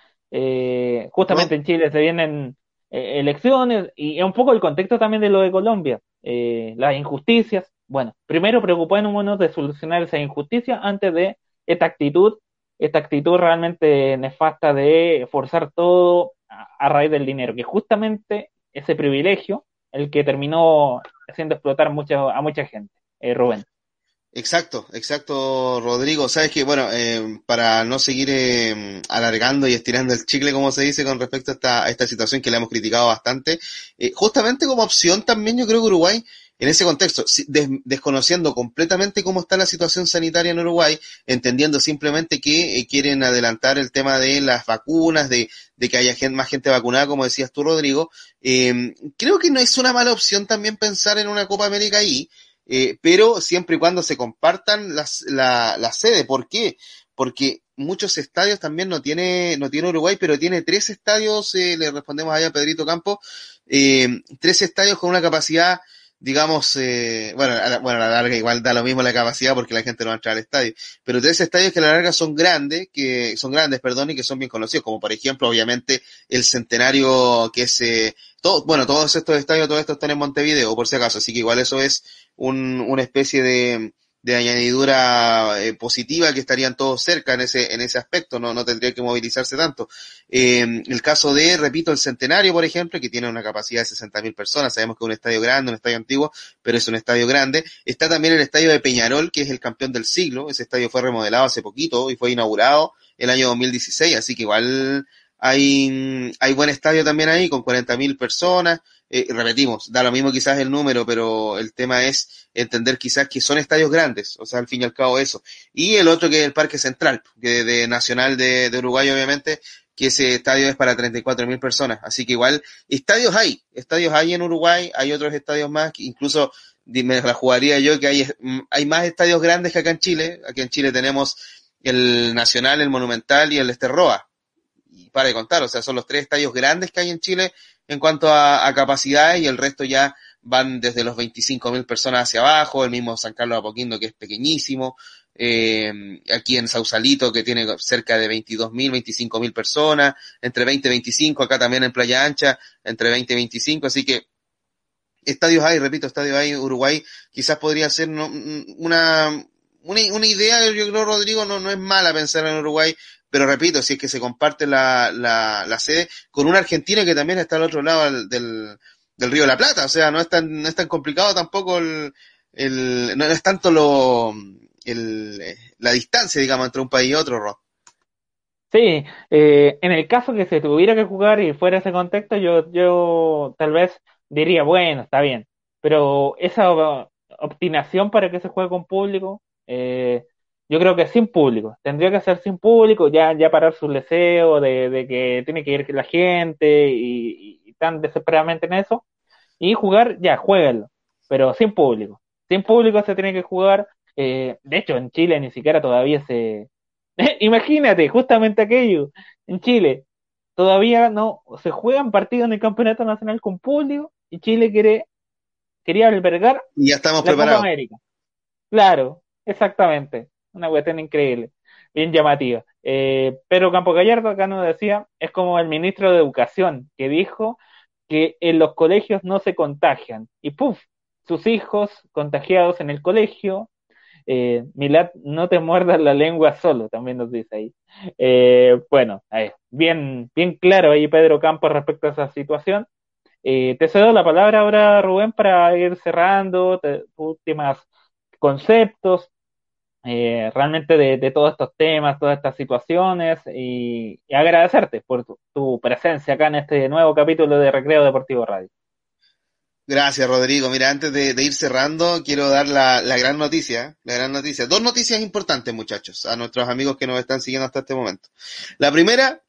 eh, justamente Rod, en Chile se vienen eh, elecciones y un poco el contexto también de lo de Colombia. Eh, las injusticias. Bueno, primero preocupémonos de solucionar esa injusticia antes de esta actitud, esta actitud realmente nefasta de forzar todo a, a raíz del dinero, que justamente ese privilegio el que terminó haciendo explotar mucho, a mucha gente. Eh, Rubén. exacto, exacto, Rodrigo. Sabes que, bueno, eh, para no seguir eh, alargando y estirando el chicle, como se dice, con respecto a esta, a esta situación que le hemos criticado bastante, eh, justamente como opción también yo creo que Uruguay, en ese contexto, si- des- desconociendo completamente cómo está la situación sanitaria en Uruguay, entendiendo simplemente que eh, quieren adelantar el tema de las vacunas, de, de que haya gen- más gente vacunada, como decías tú, Rodrigo, eh, creo que no es una mala opción también pensar en una Copa América ahí, eh, pero siempre y cuando se compartan las, la, la sede. ¿Por qué? Porque muchos estadios también no tiene, no tiene Uruguay, pero tiene tres estadios, eh, le respondemos allá a Pedrito Campo, eh, tres estadios con una capacidad, digamos, eh, bueno, a la, bueno, a la larga igual da lo mismo la capacidad porque la gente no va a entrar al estadio, pero tres estadios que a la larga son grandes, que son grandes, perdón, y que son bien conocidos, como por ejemplo, obviamente, el Centenario, que es, eh, todo, bueno, todos estos estadios, todos estos están en Montevideo, por si acaso, así que igual eso es un, una especie de, de añadidura eh, positiva, que estarían todos cerca en ese, en ese aspecto, no, no tendría que movilizarse tanto. Eh, el caso de, repito, el Centenario, por ejemplo, que tiene una capacidad de sesenta mil personas, sabemos que es un estadio grande, un estadio antiguo, pero es un estadio grande. Está también el estadio de Peñarol, que es el campeón del siglo, ese estadio fue remodelado hace poquito y fue inaugurado el año dos mil dieciséis, así que igual hay, hay buen estadio también ahí, con cuarenta mil personas. Eh, repetimos, da lo mismo quizás el número, pero el tema es entender quizás que son estadios grandes, o sea, al fin y al cabo eso. Y el otro que es el Parque Central, que de Nacional de, de Uruguay, obviamente, que ese estadio es para treinta y cuatro mil personas. Así que igual, estadios hay, estadios hay en Uruguay, hay otros estadios más, que incluso me la jugaría yo que hay, hay más estadios grandes que acá en Chile. Aquí en Chile tenemos el Nacional, el Monumental y el Esterroa. Y para de contar, o sea, son los tres estadios grandes que hay en Chile en cuanto a, a capacidades, y el resto ya van desde los veinticinco mil personas hacia abajo, el mismo San Carlos de Apoquindo, que es pequeñísimo, eh, aquí en Sausalito, que tiene cerca de veintidós mil, veinticinco mil personas, entre veinte y veinticinco, acá también en Playa Ancha, entre veinte y veinticinco, así que estadios hay, repito, estadios hay, Uruguay quizás podría ser no, una, una, una idea, yo creo, Rodrigo, no, no es mala pensar en Uruguay, pero repito, si es que se comparte la, la, la sede con una Argentina que también está al otro lado del, del, del Río de la Plata, o sea, no es tan, no es tan complicado tampoco el, el no es tanto lo, el, la distancia, digamos, entre un país y otro, Rod. Sí, eh, en el caso que se tuviera que jugar y fuera ese contexto, yo, yo tal vez diría, bueno, está bien, pero esa o- obstinación para que se juegue con público, eh, yo creo que sin público, tendría que ser sin público, ya, ya parar su deseo de, de que tiene que ir la gente y, y tan desesperadamente en eso, y jugar, ya, jueguenlo, pero sin público, sin público se tiene que jugar, eh, de hecho en Chile ni siquiera todavía se... Imagínate, justamente aquello, en Chile todavía no se juegan partidos en el campeonato nacional con público y Chile quiere quería albergar Y ya estamos la Copa preparados. América. Claro, exactamente. Una cuestión increíble, bien llamativa. Eh, Pedro Campo Gallardo acá nos decía, es como el ministro de Educación que dijo que en los colegios no se contagian. Y puf, sus hijos contagiados en el colegio. Eh, Milad, no te muerdas la lengua solo, también nos dice ahí. Eh, bueno, ahí, bien, bien claro ahí Pedro Campos respecto a esa situación. Eh, te cedo la palabra ahora, Rubén, para ir cerrando te, últimos conceptos, eh, realmente de, de todos estos temas, todas estas situaciones, y, y agradecerte por tu, tu presencia acá en este nuevo capítulo de Recreo Deportivo Radio. Gracias, Rodrigo. Mira, antes de, de ir cerrando, quiero dar la, la gran noticia, la gran noticia. Dos noticias importantes, muchachos, a nuestros amigos que nos están siguiendo hasta este momento. La primera,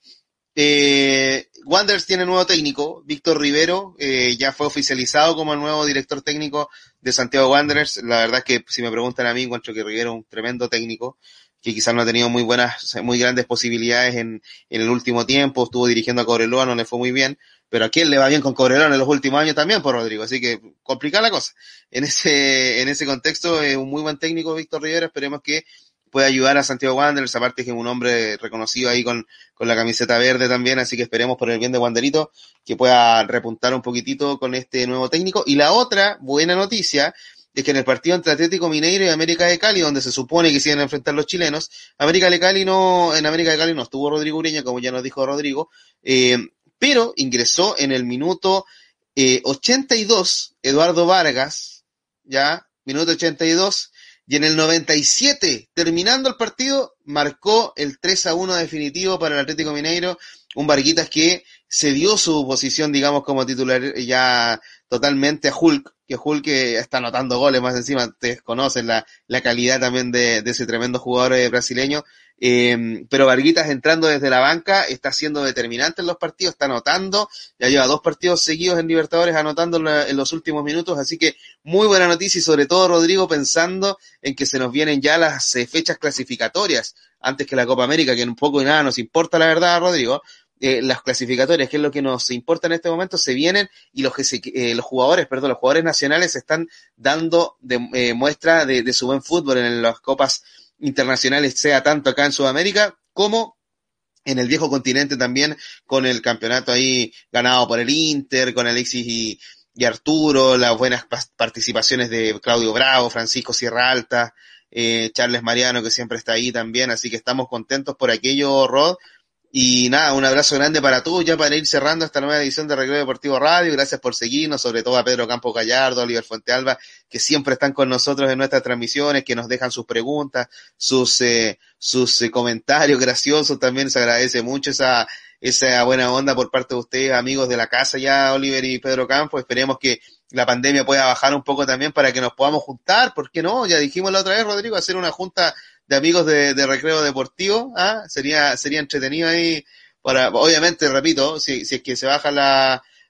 eh, Wanderers tiene nuevo técnico, Víctor Rivero, eh, ya fue oficializado como el nuevo director técnico de Santiago Wanderers. La verdad es que, si me preguntan a mí, encuentro que Rivero es un tremendo técnico, que quizás no ha tenido muy buenas, muy grandes posibilidades en, en el último tiempo, estuvo dirigiendo a Cobreloa, no le fue muy bien, pero a quién le va bien con Cobreloa en los últimos años también, por Rodrigo, así que complicada la cosa. En ese, en ese contexto, es un muy buen técnico Víctor Rivera, esperemos que pueda ayudar a Santiago Wanderers, aparte que es un hombre reconocido ahí con, con la camiseta verde también, así que esperemos por el bien de Wanderito que pueda repuntar un poquitito con este nuevo técnico. Y la otra buena noticia es que en el partido entre Atlético Mineiro y América de Cali, donde se supone que se iban a enfrentar los chilenos, América de Cali no, en América de Cali no estuvo Rodrigo Ureña, como ya nos dijo Rodrigo, eh, pero ingresó en el minuto eh, ochenta y dos Eduardo Vargas, ya, minuto ochenta y dos, y en el noventa y siete, terminando el partido, marcó el tres a uno definitivo para el Atlético Mineiro, un Varguitas que se dio su posición, digamos, como titular ya totalmente a Hulk, que Hulk está anotando goles más encima, ustedes conocen la, la calidad también de, de ese tremendo jugador eh, brasileño, eh, pero Varguitas entrando desde la banca está siendo determinante en los partidos, está anotando, ya lleva dos partidos seguidos en Libertadores anotando en, la, en los últimos minutos, así que muy buena noticia y sobre todo, Rodrigo, pensando en que se nos vienen ya las eh, fechas clasificatorias antes que la Copa América, que un poco y nada nos importa la verdad, Rodrigo. Eh, las clasificatorias, que es lo que nos importa en este momento, se vienen y los que se, eh, los jugadores, perdón, los jugadores nacionales están dando de, eh, muestra de, de su buen fútbol en las copas internacionales, sea tanto acá en Sudamérica como en el viejo continente también, con el campeonato ahí ganado por el Inter, con Alexis y, y Arturo, las buenas participaciones de Claudio Bravo, Francisco Sierra Alta, eh, Charles Mariano, que siempre está ahí también, así que estamos contentos por aquello, Rod. Y nada, un abrazo grande para todos, ya para ir cerrando esta nueva edición de Recreo Deportivo Radio. Gracias por seguirnos, sobre todo a Pedro Campos Gallardo, a Oliver Fuentealba, que siempre están con nosotros en nuestras transmisiones, que nos dejan sus preguntas, sus eh, sus eh, comentarios graciosos. También se agradece mucho esa esa buena onda por parte de ustedes, amigos de la casa ya, Oliver y Pedro Campos. Esperemos que la pandemia pueda bajar un poco también para que nos podamos juntar. ¿Por qué no? Ya dijimos la otra vez, Rodrigo, hacer una junta de amigos de, de Recreo Deportivo, ¿ah? Sería, sería entretenido ahí para, obviamente, repito, si, si es que se baja la,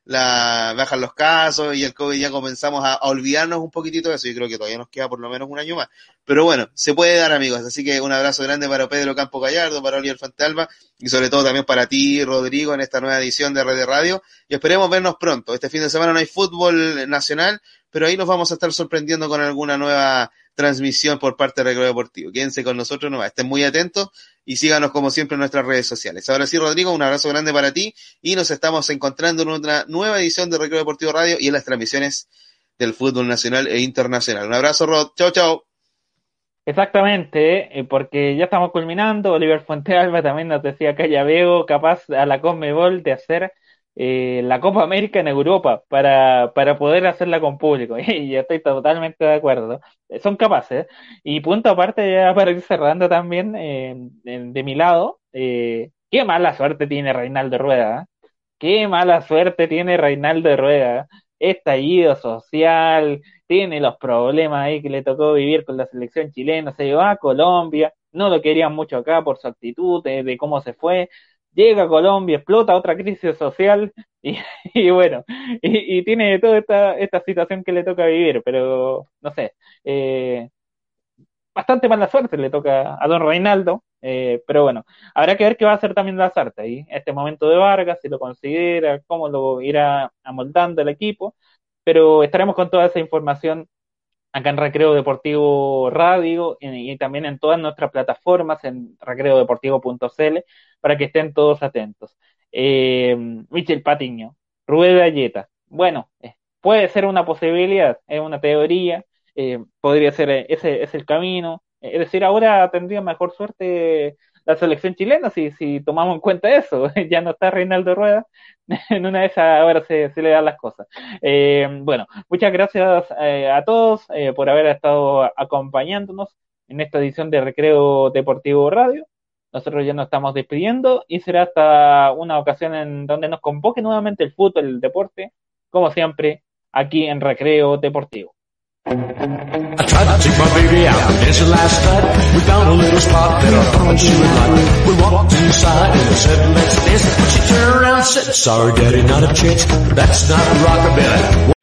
la, bajan los casos y el COVID ya comenzamos a, a olvidarnos un poquitito de eso. Yo creo que todavía nos queda por lo menos un año más. Pero bueno, se puede dar, amigos. Así que un abrazo grande para Pedro Campo Gallardo, para Oliver Fantalba y sobre todo también para ti, Rodrigo, en esta nueva edición de Red de Radio. Y esperemos vernos pronto. Este fin de semana no hay fútbol nacional, pero ahí nos vamos a estar sorprendiendo con alguna nueva transmisión por parte de Recreo Deportivo. Quédense con nosotros nomás, estén muy atentos y síganos como siempre en nuestras redes sociales. Ahora sí, Rodrigo, un abrazo grande para ti y nos estamos encontrando en otra nueva edición de Recreo Deportivo Radio y en las transmisiones del fútbol nacional e internacional. Un abrazo, Rod. Chao, chao. Exactamente, eh, porque ya estamos culminando. Oliver Fuentealba también nos decía que ya veo capaz a la Conmebol de hacer eh, la Copa América en Europa para, para poder hacerla con público. Y yo estoy totalmente de acuerdo. Son capaces. Y punto aparte, ya para ir cerrando también, eh, de mi lado, eh, qué mala suerte tiene Reinaldo Rueda. ¿eh? Qué mala suerte tiene Reinaldo Rueda. Estallido social, tiene los problemas ahí que le tocó vivir con la selección chilena, se llevó a Colombia, no lo querían mucho acá por su actitud, de, de cómo se fue, llega a Colombia, explota otra crisis social y, y bueno, y, y tiene toda esta, esta situación que le toca vivir, pero no sé, eh, bastante mala suerte le toca a don Reinaldo, eh, pero bueno, habrá que ver qué va a hacer también Lasarte ahí, este momento de Vargas, si lo considera, cómo lo irá amoldando el equipo, pero estaremos con toda esa información acá en Recreo Deportivo Radio y, y también en todas nuestras plataformas en recreo deportivo punto c l para que estén todos atentos. Eh, Michel Patiño, Rueda Yeta, bueno, eh, puede ser una posibilidad, es una teoría, eh, podría ser eh, ese es el camino, es decir, ahora tendría mejor suerte la selección chilena si, si tomamos en cuenta eso, ya no está Reinaldo Rueda, en una de esas ahora se, se le dan las cosas. Eh, bueno, muchas gracias eh, a todos eh, por haber estado acompañándonos en esta edición de Recreo Deportivo Radio. Nosotros ya nos estamos despidiendo y será hasta una ocasión en donde nos convoque nuevamente el fútbol, el deporte, como siempre, aquí en Recreo Deportivo. I tried to take my baby out and dance last night. We found a little spot that I thought she would like. We walked inside and I said, let's dance. But she turned around and said, sorry daddy, not a chance. That's not rockabilly.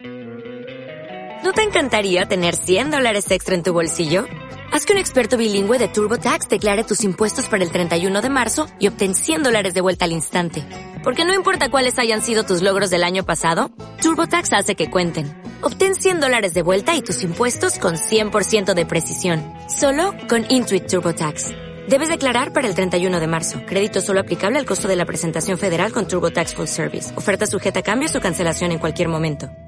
¿No te encantaría tener cien dólares extra en tu bolsillo? Haz que un experto bilingüe de TurboTax declare tus impuestos para el treinta y uno de marzo y obtén cien dólares de vuelta al instante. Porque no importa cuáles hayan sido tus logros del año pasado, TurboTax hace que cuenten. Obtén cien dólares de vuelta y tus impuestos con cien por ciento de precisión. Solo con Intuit TurboTax. Debes declarar para el treinta y uno de marzo. Crédito solo aplicable al costo de la presentación federal con TurboTax Full Service. Oferta sujeta a cambios o cancelación en cualquier momento.